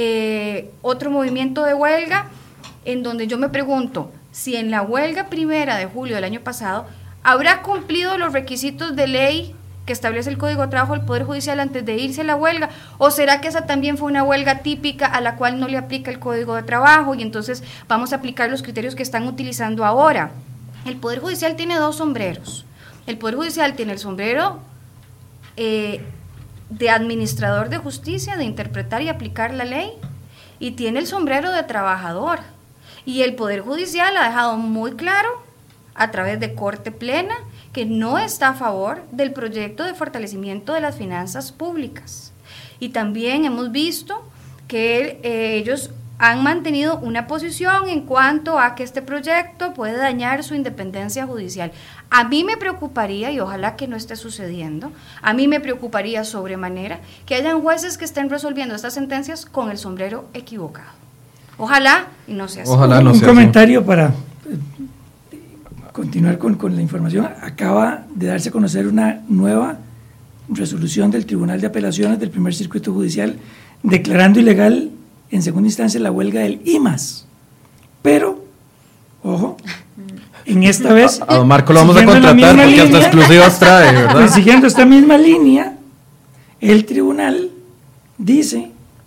Eh, otro movimiento de huelga en donde yo me pregunto si en la huelga primera de julio del año pasado habrá cumplido los requisitos de ley que establece el Código de Trabajo del Poder Judicial antes de irse a la huelga, o será que esa también fue una huelga típica a la cual no le aplica el Código de Trabajo y entonces vamos a aplicar los criterios que están utilizando ahora. El Poder Judicial tiene dos sombreros. El Poder Judicial tiene el sombrero eh, de administrador de justicia, de interpretar y aplicar la ley, y tiene el sombrero de trabajador. Y el Poder Judicial ha dejado muy claro, a través de Corte Plena, que no está a favor del proyecto de fortalecimiento de las finanzas públicas. Y también hemos visto que eh, ellos han mantenido una posición en cuanto a que este proyecto puede dañar su independencia judicial. A mí me preocuparía, y ojalá que no esté sucediendo, a mí me preocuparía sobremanera que hayan jueces que estén resolviendo estas sentencias con el sombrero equivocado. Ojalá y no sea así. Ojalá no sea así. Un comentario para eh, continuar con, con la información. Acaba de darse a conocer una nueva resolución del Tribunal de Apelaciones del Primer Circuito Judicial declarando ilegal en segunda instancia la huelga del I M A S. Pero, ojo, en esta vez... A, a Marco lo vamos a contratar porque hasta exclusivas trae, ¿verdad? Pues siguiendo esta misma línea, el tribunal dice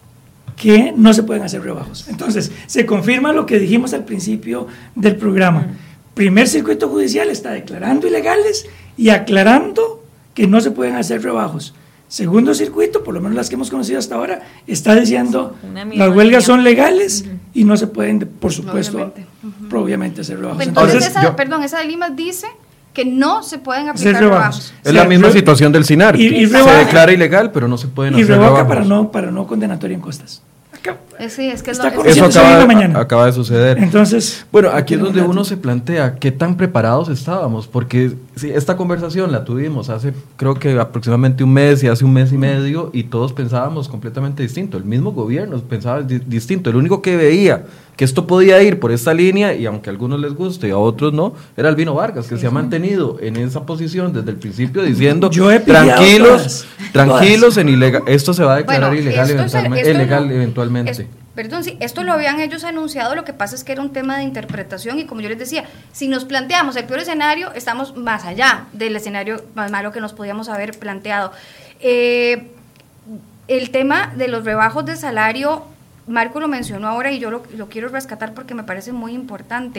que no se pueden hacer rebajos. Entonces, se confirma lo que dijimos al principio del programa. Primer Circuito Judicial está declarando ilegales y aclarando que no se pueden hacer rebajos. Segundo circuito, por lo menos las que hemos conocido hasta ahora, está diciendo las huelgas son legales uh-huh. y no se pueden, por supuesto, obviamente, uh-huh. obviamente hacer rebajos. Entonces, Entonces esa, yo, perdón, esa de Limas dice que no se pueden aplicar rebajos. rebajos. Es la misma situación del SINAR. Y, y se declara ilegal, pero no se pueden hacer rebajos. Y revoca para no, para no condenatoria en costas. Sí, es que está lo, eso acaba, mañana. acaba de suceder. Entonces, bueno, aquí es donde uno se plantea qué tan preparados estábamos, porque sí, esta conversación la tuvimos hace creo que aproximadamente un mes y hace un mes y medio y todos pensábamos completamente distinto. El mismo gobierno pensaba di- distinto. El único que veía que esto podía ir por esta línea, y aunque a algunos les guste y a otros no, era Albino Vargas, que sí, se ha mantenido en esa posición desde el principio diciendo tranquilos, todas, tranquilos todas. en ilegal, esto se va a declarar bueno, ilegal, eventualmente, es, ilegal no, eventualmente. Es, perdón, sí, esto lo habían ellos anunciado, lo que pasa es que era un tema de interpretación y como yo les decía, si nos planteamos el peor escenario, estamos más allá del escenario más malo que nos podíamos haber planteado. Eh, el tema de los rebajos de salario, Marco lo mencionó ahora y yo lo, lo quiero rescatar porque me parece muy importante.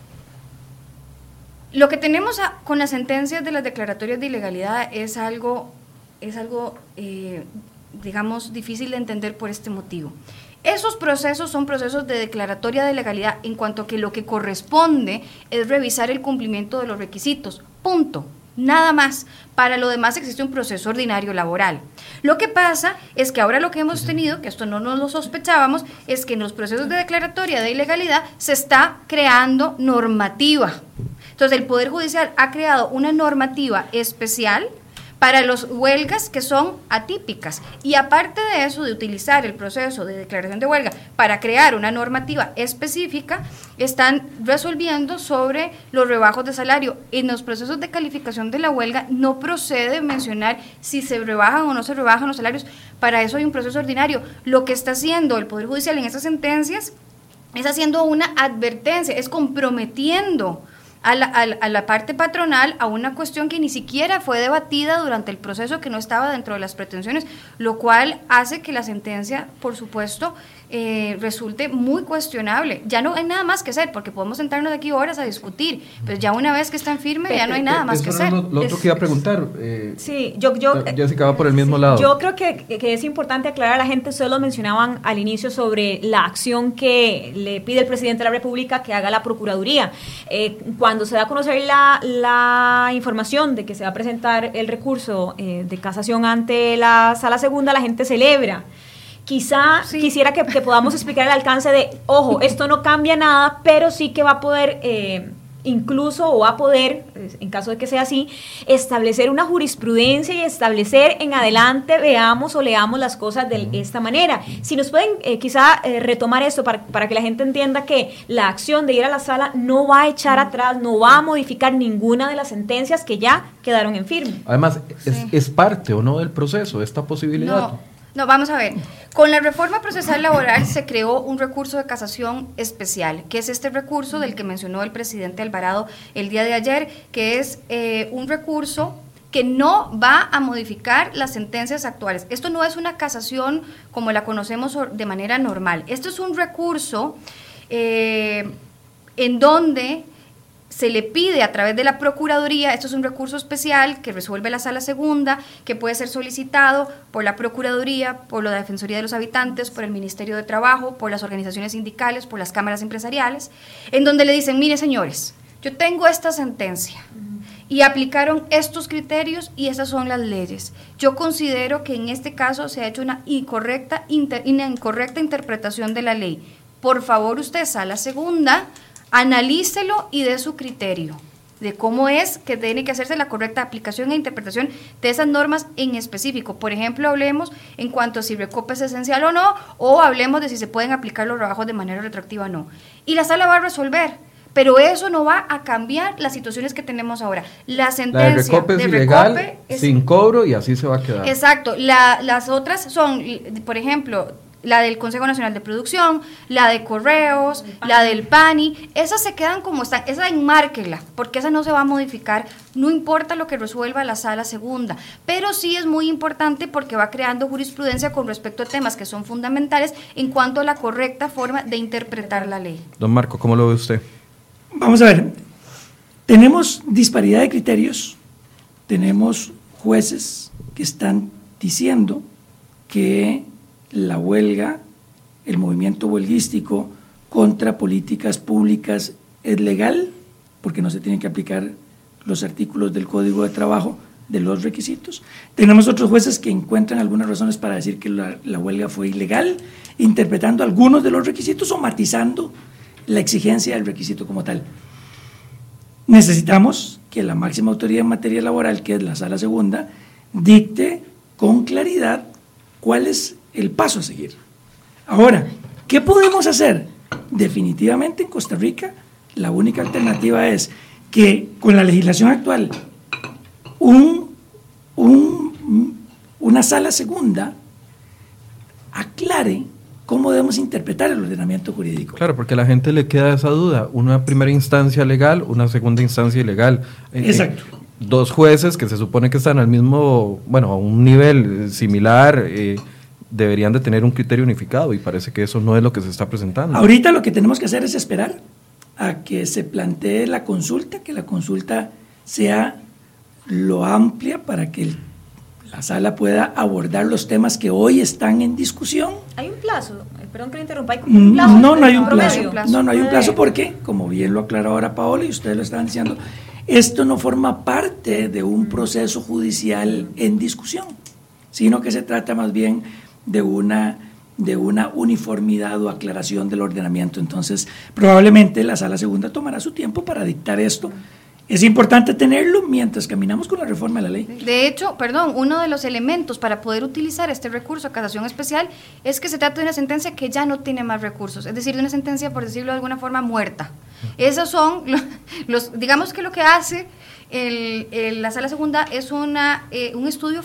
Lo que tenemos a, con las sentencias de las declaratorias de ilegalidad es algo, es algo eh, digamos, difícil de entender por este motivo. Esos procesos son procesos de declaratoria de legalidad en cuanto a que lo que corresponde es revisar el cumplimiento de los requisitos, punto, nada más. Para lo demás existe un proceso ordinario laboral. Lo que pasa es que ahora lo que hemos tenido, que esto no nos lo sospechábamos, es que en los procesos de declaratoria de ilegalidad se está creando normativa. Entonces el Poder Judicial ha creado una normativa especial para las huelgas que son atípicas, y aparte de eso, de utilizar el proceso de declaración de huelga para crear una normativa específica, están resolviendo sobre los rebajos de salario. En los procesos de calificación de la huelga no procede mencionar si se rebajan o no se rebajan los salarios, para eso hay un proceso ordinario. Lo que está haciendo el Poder Judicial en estas sentencias es haciendo una advertencia, es comprometiendo A la, a, la, a la parte patronal a una cuestión que ni siquiera fue debatida durante el proceso, que no estaba dentro de las pretensiones, lo cual hace que la sentencia, por supuesto, eh, resulte muy cuestionable. Ya no hay nada más que hacer, porque podemos sentarnos aquí horas a discutir, pero ya una vez que está en firme, ya no hay nada más que hacer. Lo, lo otro que iba a preguntar. Eh, sí, yo, yo Jessica va por el mismo lado. Yo creo que, que es importante aclarar a la gente, ustedes lo mencionaban al inicio, sobre la acción que le pide el presidente de la República que haga la Procuraduría. Eh, cuando se da a conocer la, la información de que se va a presentar el recurso eh, de casación ante la Sala Segunda, la gente celebra. Quizá sí. quisiera que, que podamos explicar el alcance de, ojo, esto no cambia nada, pero sí que va a poder, eh, incluso, o va a poder, en caso de que sea así, establecer una jurisprudencia y establecer en adelante, veamos o leamos las cosas de esta manera. Si nos pueden eh, quizá eh, retomar esto para, para que la gente entienda que la acción de ir a la sala no va a echar atrás, no va a modificar ninguna de las sentencias que ya quedaron en firme. Además, sí. es, es parte o no del proceso esta posibilidad. No. No, vamos a ver, con la reforma procesal laboral se creó un recurso de casación especial, que es este recurso del que mencionó el presidente Alvarado el día de ayer, que es eh, un recurso que no va a modificar las sentencias actuales. Esto no es una casación como la conocemos de manera normal, esto es un recurso eh, en donde se le pide a través de la Procuraduría, esto es un recurso especial que resuelve la Sala Segunda, que puede ser solicitado por la Procuraduría, por la Defensoría de los Habitantes, por el Ministerio de Trabajo, por las organizaciones sindicales, por las cámaras empresariales, en donde le dicen, mire señores, yo tengo esta sentencia y aplicaron estos criterios y esas son las leyes. Yo considero que en este caso se ha hecho una incorrecta, inter, una incorrecta interpretación de la ley. Por favor, usted, Sala Segunda, analícelo y dé su criterio de cómo es que tiene que hacerse la correcta aplicación e interpretación de esas normas en específico. Por ejemplo, hablemos en cuanto a si Recope es esencial o no, o hablemos de si se pueden aplicar los rebajos de manera retroactiva o no. Y la sala va a resolver, pero eso no va a cambiar las situaciones que tenemos ahora. La sentencia la de Recope es de ilegal, Recope es, sin cobro, y así se va a quedar. Exacto. La, las otras son, por ejemplo, la del Consejo Nacional de Producción, la de Correos, la del PANI, esas se quedan como están, esa enmárquela, porque esa no se va a modificar, no importa lo que resuelva la Sala Segunda, pero sí es muy importante porque va creando jurisprudencia con respecto a temas que son fundamentales en cuanto a la correcta forma de interpretar la ley. Don Marco, ¿cómo lo ve usted? Vamos a ver, tenemos disparidad de criterios, tenemos jueces que están diciendo que la huelga, el movimiento huelguístico contra políticas públicas es legal porque no se tienen que aplicar los artículos del Código de Trabajo de los requisitos. Tenemos otros jueces que encuentran algunas razones para decir que la, la huelga fue ilegal, interpretando algunos de los requisitos o matizando la exigencia del requisito como tal. Necesitamos que la máxima autoridad en materia laboral, que es la Sala Segunda, dicte con claridad cuál es el paso a seguir. Ahora, ¿qué podemos hacer? Definitivamente en Costa Rica la única alternativa es que con la legislación actual un, un, una Sala Segunda aclare cómo debemos interpretar el ordenamiento jurídico. Claro, porque a la gente le queda esa duda, una primera instancia legal, una segunda instancia ilegal. Exacto. Eh, dos jueces que se supone que están al mismo, bueno, a un nivel similar, eh, deberían de tener un criterio unificado y parece que eso no es lo que se está presentando. Ahorita lo que tenemos que hacer es esperar a que se plantee la consulta, que la consulta sea lo amplia para que el, la sala pueda abordar los temas que hoy están en discusión. ¿Hay un plazo? Perdón que le interrumpa, ¿hay como un plazo? No, no hay un promedio? plazo, no, no hay un plazo porque, como bien lo aclaró ahora Paola y ustedes lo estaban diciendo, esto no forma parte de un proceso judicial en discusión, sino que se trata más bien de una, de una uniformidad o aclaración del ordenamiento. Entonces, probablemente la Sala Segunda tomará su tiempo para dictar esto. Es importante tenerlo mientras caminamos con la reforma de la ley. De hecho, perdón, uno de los elementos para poder utilizar este recurso a casación especial es que se trata de una sentencia que ya no tiene más recursos, es decir, de una sentencia, por decirlo de alguna forma, muerta. Esos son los, los digamos que lo que hace el, el, la Sala Segunda es una, eh, un estudio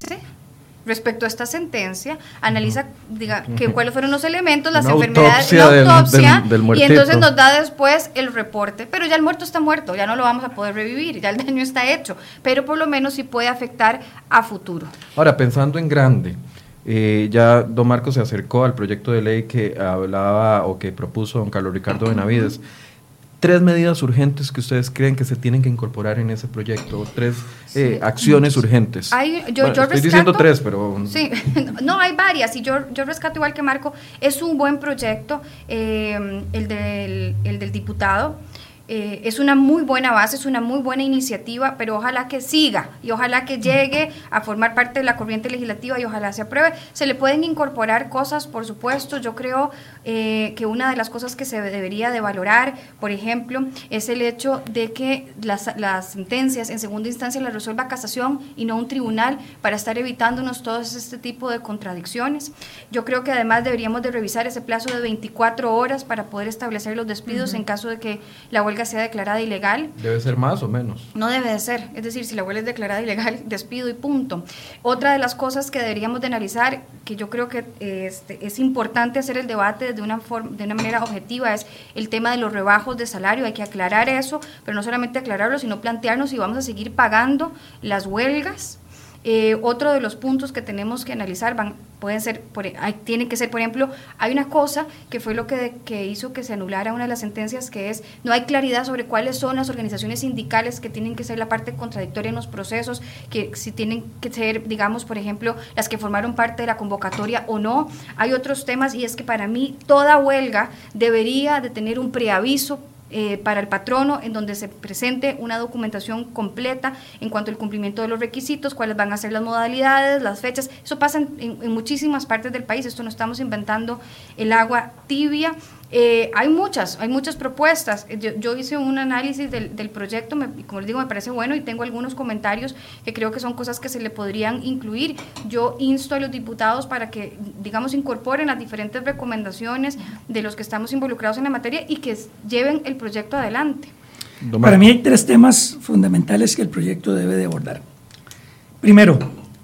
respecto a esta sentencia, analiza diga, que, cuáles fueron los elementos, las una enfermedades, autopsia la autopsia, del, del, del y entonces nos da después el reporte, pero ya el muerto está muerto, ya no lo vamos a poder revivir, ya el daño está hecho, pero por lo menos sí puede afectar a futuro. Ahora, pensando en grande, eh, ya don Marcos se acercó al proyecto de ley que hablaba o que propuso don Carlos Ricardo Benavides. Tres medidas urgentes que ustedes creen que se tienen que incorporar en ese proyecto, tres eh, sí. acciones urgentes. Hay, yo, bueno, yo estoy rescato, diciendo tres, pero... Sí, no, hay varias, y yo, yo rescato igual que Marco, es un buen proyecto, eh, el, del, el del diputado, eh, es una muy buena base, es una muy buena iniciativa, pero ojalá que siga, y ojalá que llegue a formar parte de la corriente legislativa, y ojalá se apruebe. Se le pueden incorporar cosas, por supuesto. Yo creo eh, que una de las cosas que se debería de valorar, por ejemplo, es el hecho de que las, las sentencias en segunda instancia las resuelva casación y no un tribunal, para estar evitándonos todos este tipo de contradicciones. Yo creo que además deberíamos de revisar ese plazo de veinticuatro horas para poder establecer los despidos uh-huh. en caso de que la huelga sea declarada ilegal. ¿Debe ser más o menos? No debe de ser, es decir, si la huelga es declarada ilegal, despido y punto. Otra de las cosas que deberíamos de analizar, que yo creo que este, es importante hacer el debate de una, forma, de una manera objetiva, es el tema de los rebajos de salario. Hay que aclarar eso, pero no solamente aclararlo, sino plantearnos si vamos a seguir pagando las huelgas. Eh, otro de los puntos que tenemos que analizar van, pueden ser, por, hay, tienen que ser, por ejemplo, hay una cosa que fue lo que, que hizo que se anulara una de las sentencias, que es, no hay claridad sobre cuáles son las organizaciones sindicales que tienen que ser la parte contradictoria en los procesos, que si tienen que ser, digamos, por ejemplo, las que formaron parte de la convocatoria o no. Hay otros temas, y es que para mí toda huelga debería de tener un preaviso Eh, para el patrono, en donde se presente una documentación completa en cuanto al cumplimiento de los requisitos, cuáles van a ser las modalidades, las fechas. Eso pasa en, en, en muchísimas partes del país, esto no estamos inventando el agua tibia. Eh, hay muchas, hay muchas propuestas. Yo, yo hice un análisis del, del proyecto, me, como les digo, me parece bueno, y tengo algunos comentarios que creo que son cosas que se le podrían incluir. Yo insto a los diputados para que, digamos, incorporen las diferentes recomendaciones de los que estamos involucrados en la materia y que lleven el proyecto adelante. Para mí hay tres temas fundamentales que el proyecto debe de abordar. Primero,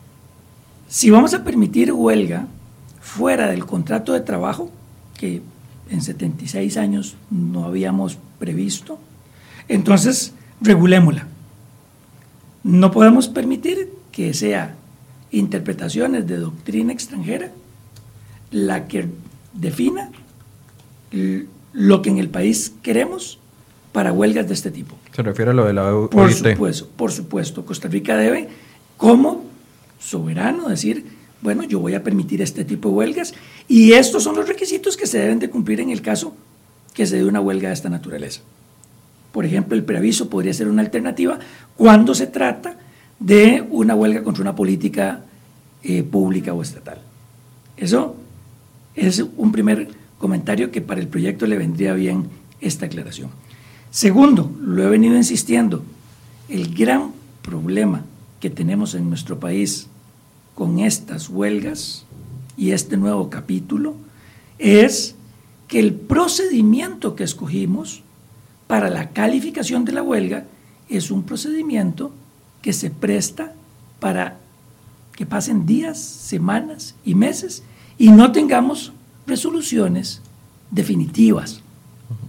si vamos a permitir huelga fuera del contrato de trabajo, que en setenta y seis años no habíamos previsto, entonces regulémosla. No podemos permitir que sea interpretaciones de doctrina extranjera la que defina lo que en el país queremos para huelgas de este tipo. ¿Se refiere a lo de la O I T? Por supuesto, por supuesto. Costa Rica debe, como soberano, decir, bueno, yo voy a permitir este tipo de huelgas, y estos son los requisitos que se deben de cumplir en el caso que se dé una huelga de esta naturaleza. Por ejemplo, el preaviso podría ser una alternativa cuando se trata de una huelga contra una política eh, pública o estatal. Eso es un primer comentario que para el proyecto le vendría bien esta aclaración. Segundo, lo he venido insistiendo, el gran problema que tenemos en nuestro país con estas huelgas y este nuevo capítulo es que el procedimiento que escogimos para la calificación de la huelga es un procedimiento que se presta para que pasen días, semanas y meses y no tengamos resoluciones definitivas.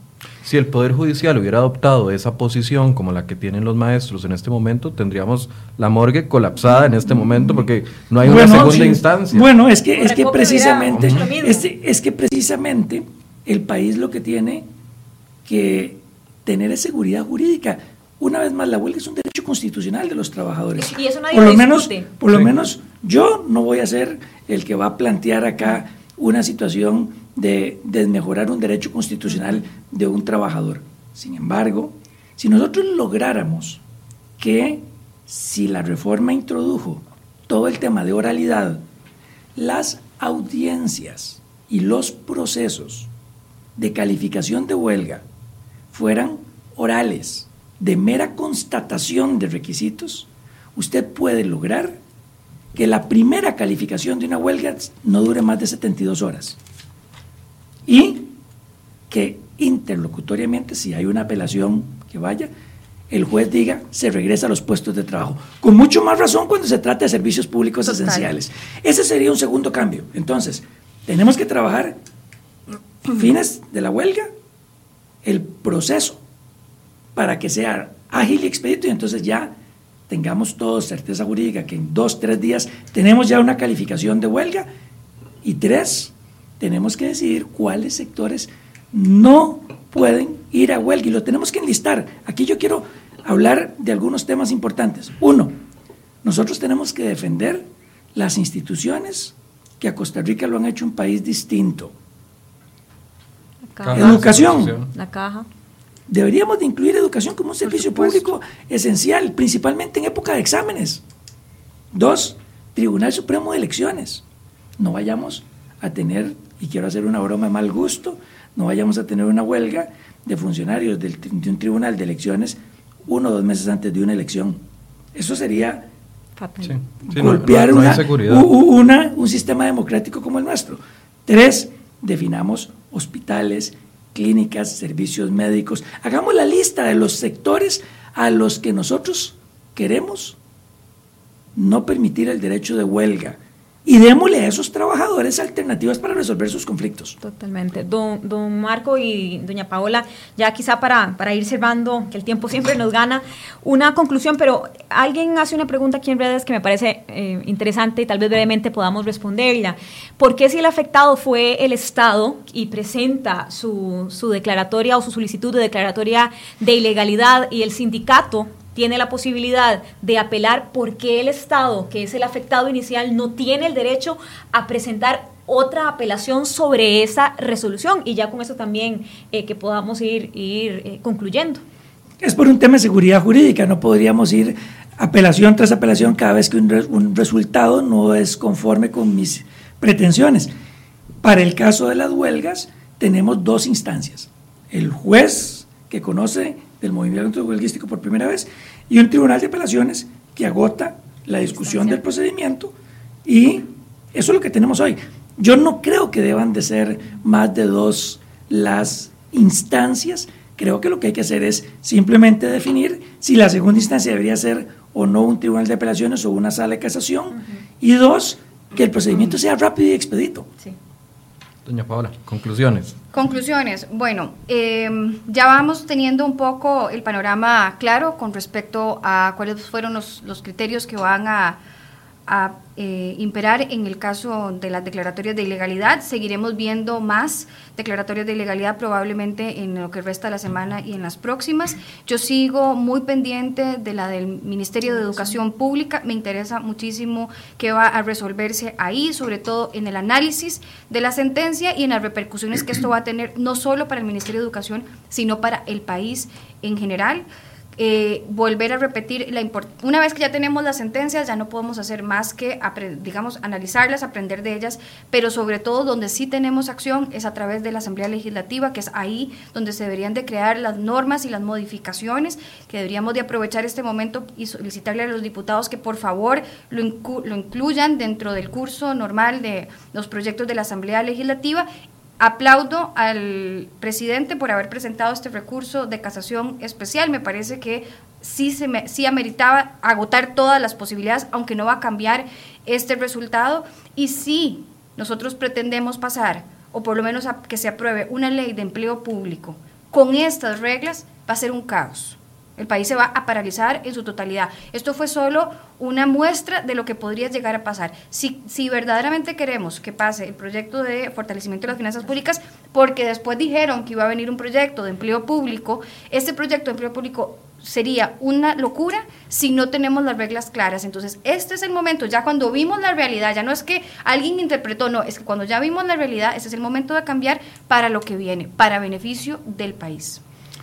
Si el Poder Judicial hubiera adoptado esa posición como la que tienen los maestros en este momento, tendríamos la morgue colapsada en este momento porque no hay bueno, una segunda sí. instancia. Bueno, es que, es que precisamente, uh-huh. es, es que precisamente el país lo que tiene que tener es seguridad jurídica. Una vez más, la huelga es un derecho constitucional de los trabajadores. Y eso nadie por lo lo menos, discute. por lo Sí. menos yo no voy a ser el que va a plantear acá una situación de desmejorar un derecho constitucional de un trabajador. Sin embargo, si nosotros lográramos que, si la reforma introdujo todo el tema de oralidad, las audiencias y los procesos de calificación de huelga fueran orales, de mera constatación de requisitos, usted puede lograr que la primera calificación de una huelga no dure más de setenta y dos horas y que interlocutoriamente, si hay una apelación que vaya, el juez diga se regresa a los puestos de trabajo, con mucho más razón cuando se trata de servicios públicos Total. esenciales. Ese sería un segundo cambio. Entonces, tenemos que trabajar fines de la huelga, el proceso para que sea ágil y expedito, y entonces ya tengamos todos certeza jurídica que en dos, tres días tenemos ya una calificación de huelga, y tres, tenemos que decidir cuáles sectores no pueden ir a huelga, y lo tenemos que enlistar. Aquí yo quiero hablar de algunos temas importantes. Uno, nosotros tenemos que defender las instituciones que a Costa Rica lo han hecho un país distinto. La caja. Educación. La caja. Deberíamos de incluir educación como un servicio público esencial, principalmente en época de exámenes. Dos, Tribunal Supremo de Elecciones. No vayamos a tener, y quiero hacer una broma de mal gusto, no vayamos a tener una huelga de funcionarios del, de un tribunal de elecciones uno o dos meses antes de una elección. Eso sería sí, sí, golpear no, no, no una, una, un sistema democrático como el nuestro. Tres, definamos hospitales, clínicas, servicios médicos. Hagamos la lista de los sectores a los que nosotros queremos no permitir el derecho de huelga y démosle a esos trabajadores alternativas para resolver sus conflictos. Totalmente. Don, don Marco y doña Paola, ya quizá para, para ir cerrando, que el tiempo siempre nos gana, una conclusión, pero alguien hace una pregunta aquí en redes que me parece eh, interesante y tal vez brevemente podamos responderla. ¿Por qué si el afectado fue el Estado y presenta su, su declaratoria o su solicitud de declaratoria de ilegalidad y el sindicato tiene la posibilidad de apelar, porque el Estado, que es el afectado inicial, no tiene el derecho a presentar otra apelación sobre esa resolución? Y ya con eso también eh, que podamos ir, ir eh, concluyendo. Es por un tema de seguridad jurídica, no podríamos ir apelación tras apelación cada vez que un, re, un resultado no es conforme con mis pretensiones. Para el caso de las huelgas, tenemos dos instancias. El juez que conoce del movimiento huelguístico por primera vez y un tribunal de apelaciones que agota la discusión del procedimiento, y eso es lo que tenemos hoy. Yo no creo que deban de ser más de dos las instancias. Creo que lo que hay que hacer es simplemente definir si la segunda instancia debería ser o no un tribunal de apelaciones o una sala de casación, uh-huh. y dos, que el procedimiento uh-huh. sea rápido y expedito. Sí. Doña Paola, conclusiones. Conclusiones. Bueno, eh, ya vamos teniendo un poco el panorama claro con respecto a cuáles fueron los, los criterios que van a, a eh, imperar en el caso de las declaratorias de ilegalidad. Seguiremos viendo más declaratorias de ilegalidad probablemente en lo que resta de la semana y en las próximas. Yo sigo muy pendiente de la del Ministerio de Educación Pública. Me interesa muchísimo qué va a resolverse ahí, sobre todo en el análisis de la sentencia y en las repercusiones que esto va a tener no solo para el Ministerio de Educación, sino para el país en general. Eh, volver a repetir, la import- una vez que ya tenemos las sentencias, ya no podemos hacer más que, apre- digamos, analizarlas, aprender de ellas, pero sobre todo donde sí tenemos acción es a través de la Asamblea Legislativa, que es ahí donde se deberían de crear las normas y las modificaciones, que deberíamos de aprovechar este momento y solicitarle a los diputados que por favor lo, incu- lo incluyan dentro del curso normal de los proyectos de la Asamblea Legislativa. Aplaudo al presidente por haber presentado este recurso de casación especial. Me parece que sí, se me, sí ameritaba agotar todas las posibilidades, aunque no va a cambiar este resultado. Y sí, nosotros pretendemos pasar, o por lo menos a, que se apruebe una ley de empleo público con estas reglas va a ser un caos. El país se va a paralizar en su totalidad. Esto fue solo una muestra de lo que podría llegar a pasar. Si, si verdaderamente queremos que pase el proyecto de fortalecimiento de las finanzas públicas, porque después dijeron que iba a venir un proyecto de empleo público, este proyecto de empleo público sería una locura si no tenemos las reglas claras. Entonces, este es el momento, ya cuando vimos la realidad, ya no es que alguien interpretó, no, es que cuando ya vimos la realidad, este es el momento de cambiar para lo que viene, para beneficio del país.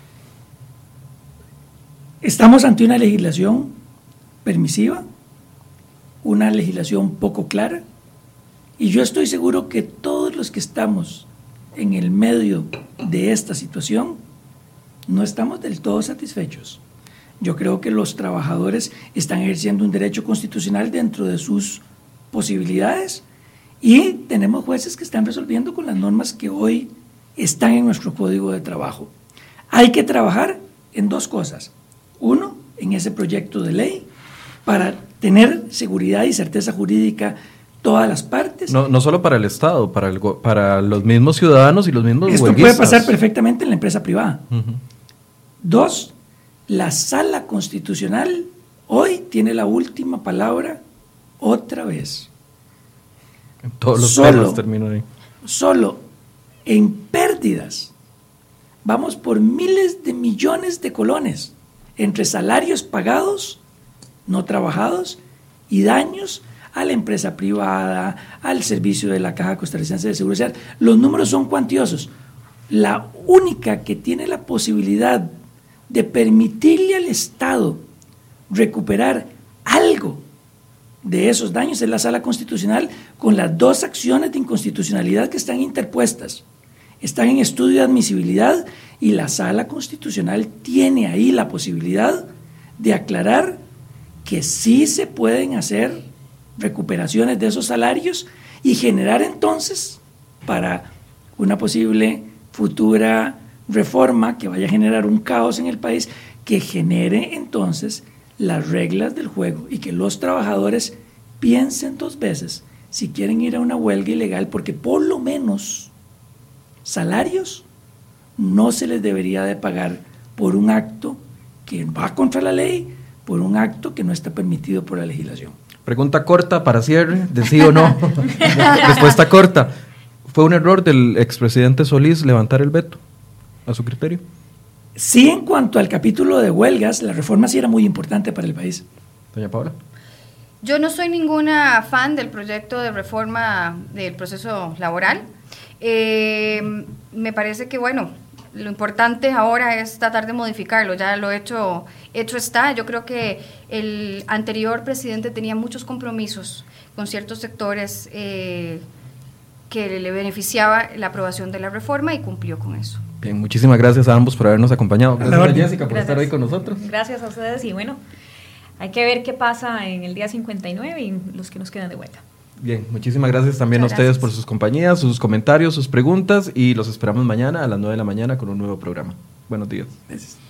Estamos ante una legislación permisiva, una legislación poco clara, y yo estoy seguro que todos los que estamos en el medio de esta situación no estamos del todo satisfechos. Yo creo que los trabajadores están ejerciendo un derecho constitucional dentro de sus posibilidades y tenemos jueces que están resolviendo con las normas que hoy están en nuestro Código de Trabajo. Hay que trabajar en dos cosas. Uno, en ese proyecto de ley, para tener seguridad y certeza jurídica todas las partes. No, no solo para el Estado, para, el, para los mismos ciudadanos y los mismos Esto huelguistas. puede pasar perfectamente en la empresa privada. Uh-huh. Dos, la Sala Constitucional hoy tiene la última palabra otra vez. En todos los solo, temas termino ahí. Solo en pérdidas vamos por miles de millones de colones entre salarios pagados, no trabajados, y daños a la empresa privada, al servicio de la Caja Costarricense de Seguro Social. Los números son cuantiosos. La única que tiene la posibilidad de permitirle al Estado recuperar algo de esos daños es la Sala Constitucional, con las dos acciones de inconstitucionalidad que están interpuestas. Están en estudio de admisibilidad y la Sala Constitucional tiene ahí la posibilidad de aclarar que sí se pueden hacer recuperaciones de esos salarios y generar entonces, para una posible futura reforma que vaya a generar un caos en el país, que genere entonces las reglas del juego y que los trabajadores piensen dos veces si quieren ir a una huelga ilegal, porque por lo menos salarios no se les debería de pagar por un acto que va contra la ley, por un acto que no está permitido por la legislación. Pregunta corta para cierre, de sí o no. Respuesta corta. ¿Fue un error del expresidente Solís levantar el veto, a su criterio? Sí, en cuanto al capítulo de huelgas, la reforma sí era muy importante para el país. Doña Paola. Yo no soy ninguna fan del proyecto de reforma del proceso laboral. Eh, me parece que, bueno, lo importante ahora es tratar de modificarlo, ya lo hecho, hecho está. Yo creo que el anterior presidente tenía muchos compromisos con ciertos sectores eh, que le beneficiaba la aprobación de la reforma y cumplió con eso. Bien, muchísimas gracias a ambos por habernos acompañado. Gracias a Jessica por gracias. estar hoy con nosotros. Gracias a ustedes y bueno, hay que ver qué pasa en el día cincuenta y nueve y los que nos quedan de vuelta. Bien, muchísimas gracias también Muchas a ustedes gracias. por sus compañías, sus comentarios, sus preguntas y los esperamos mañana a las nueve de la mañana con un nuevo programa. Buenos días. Gracias.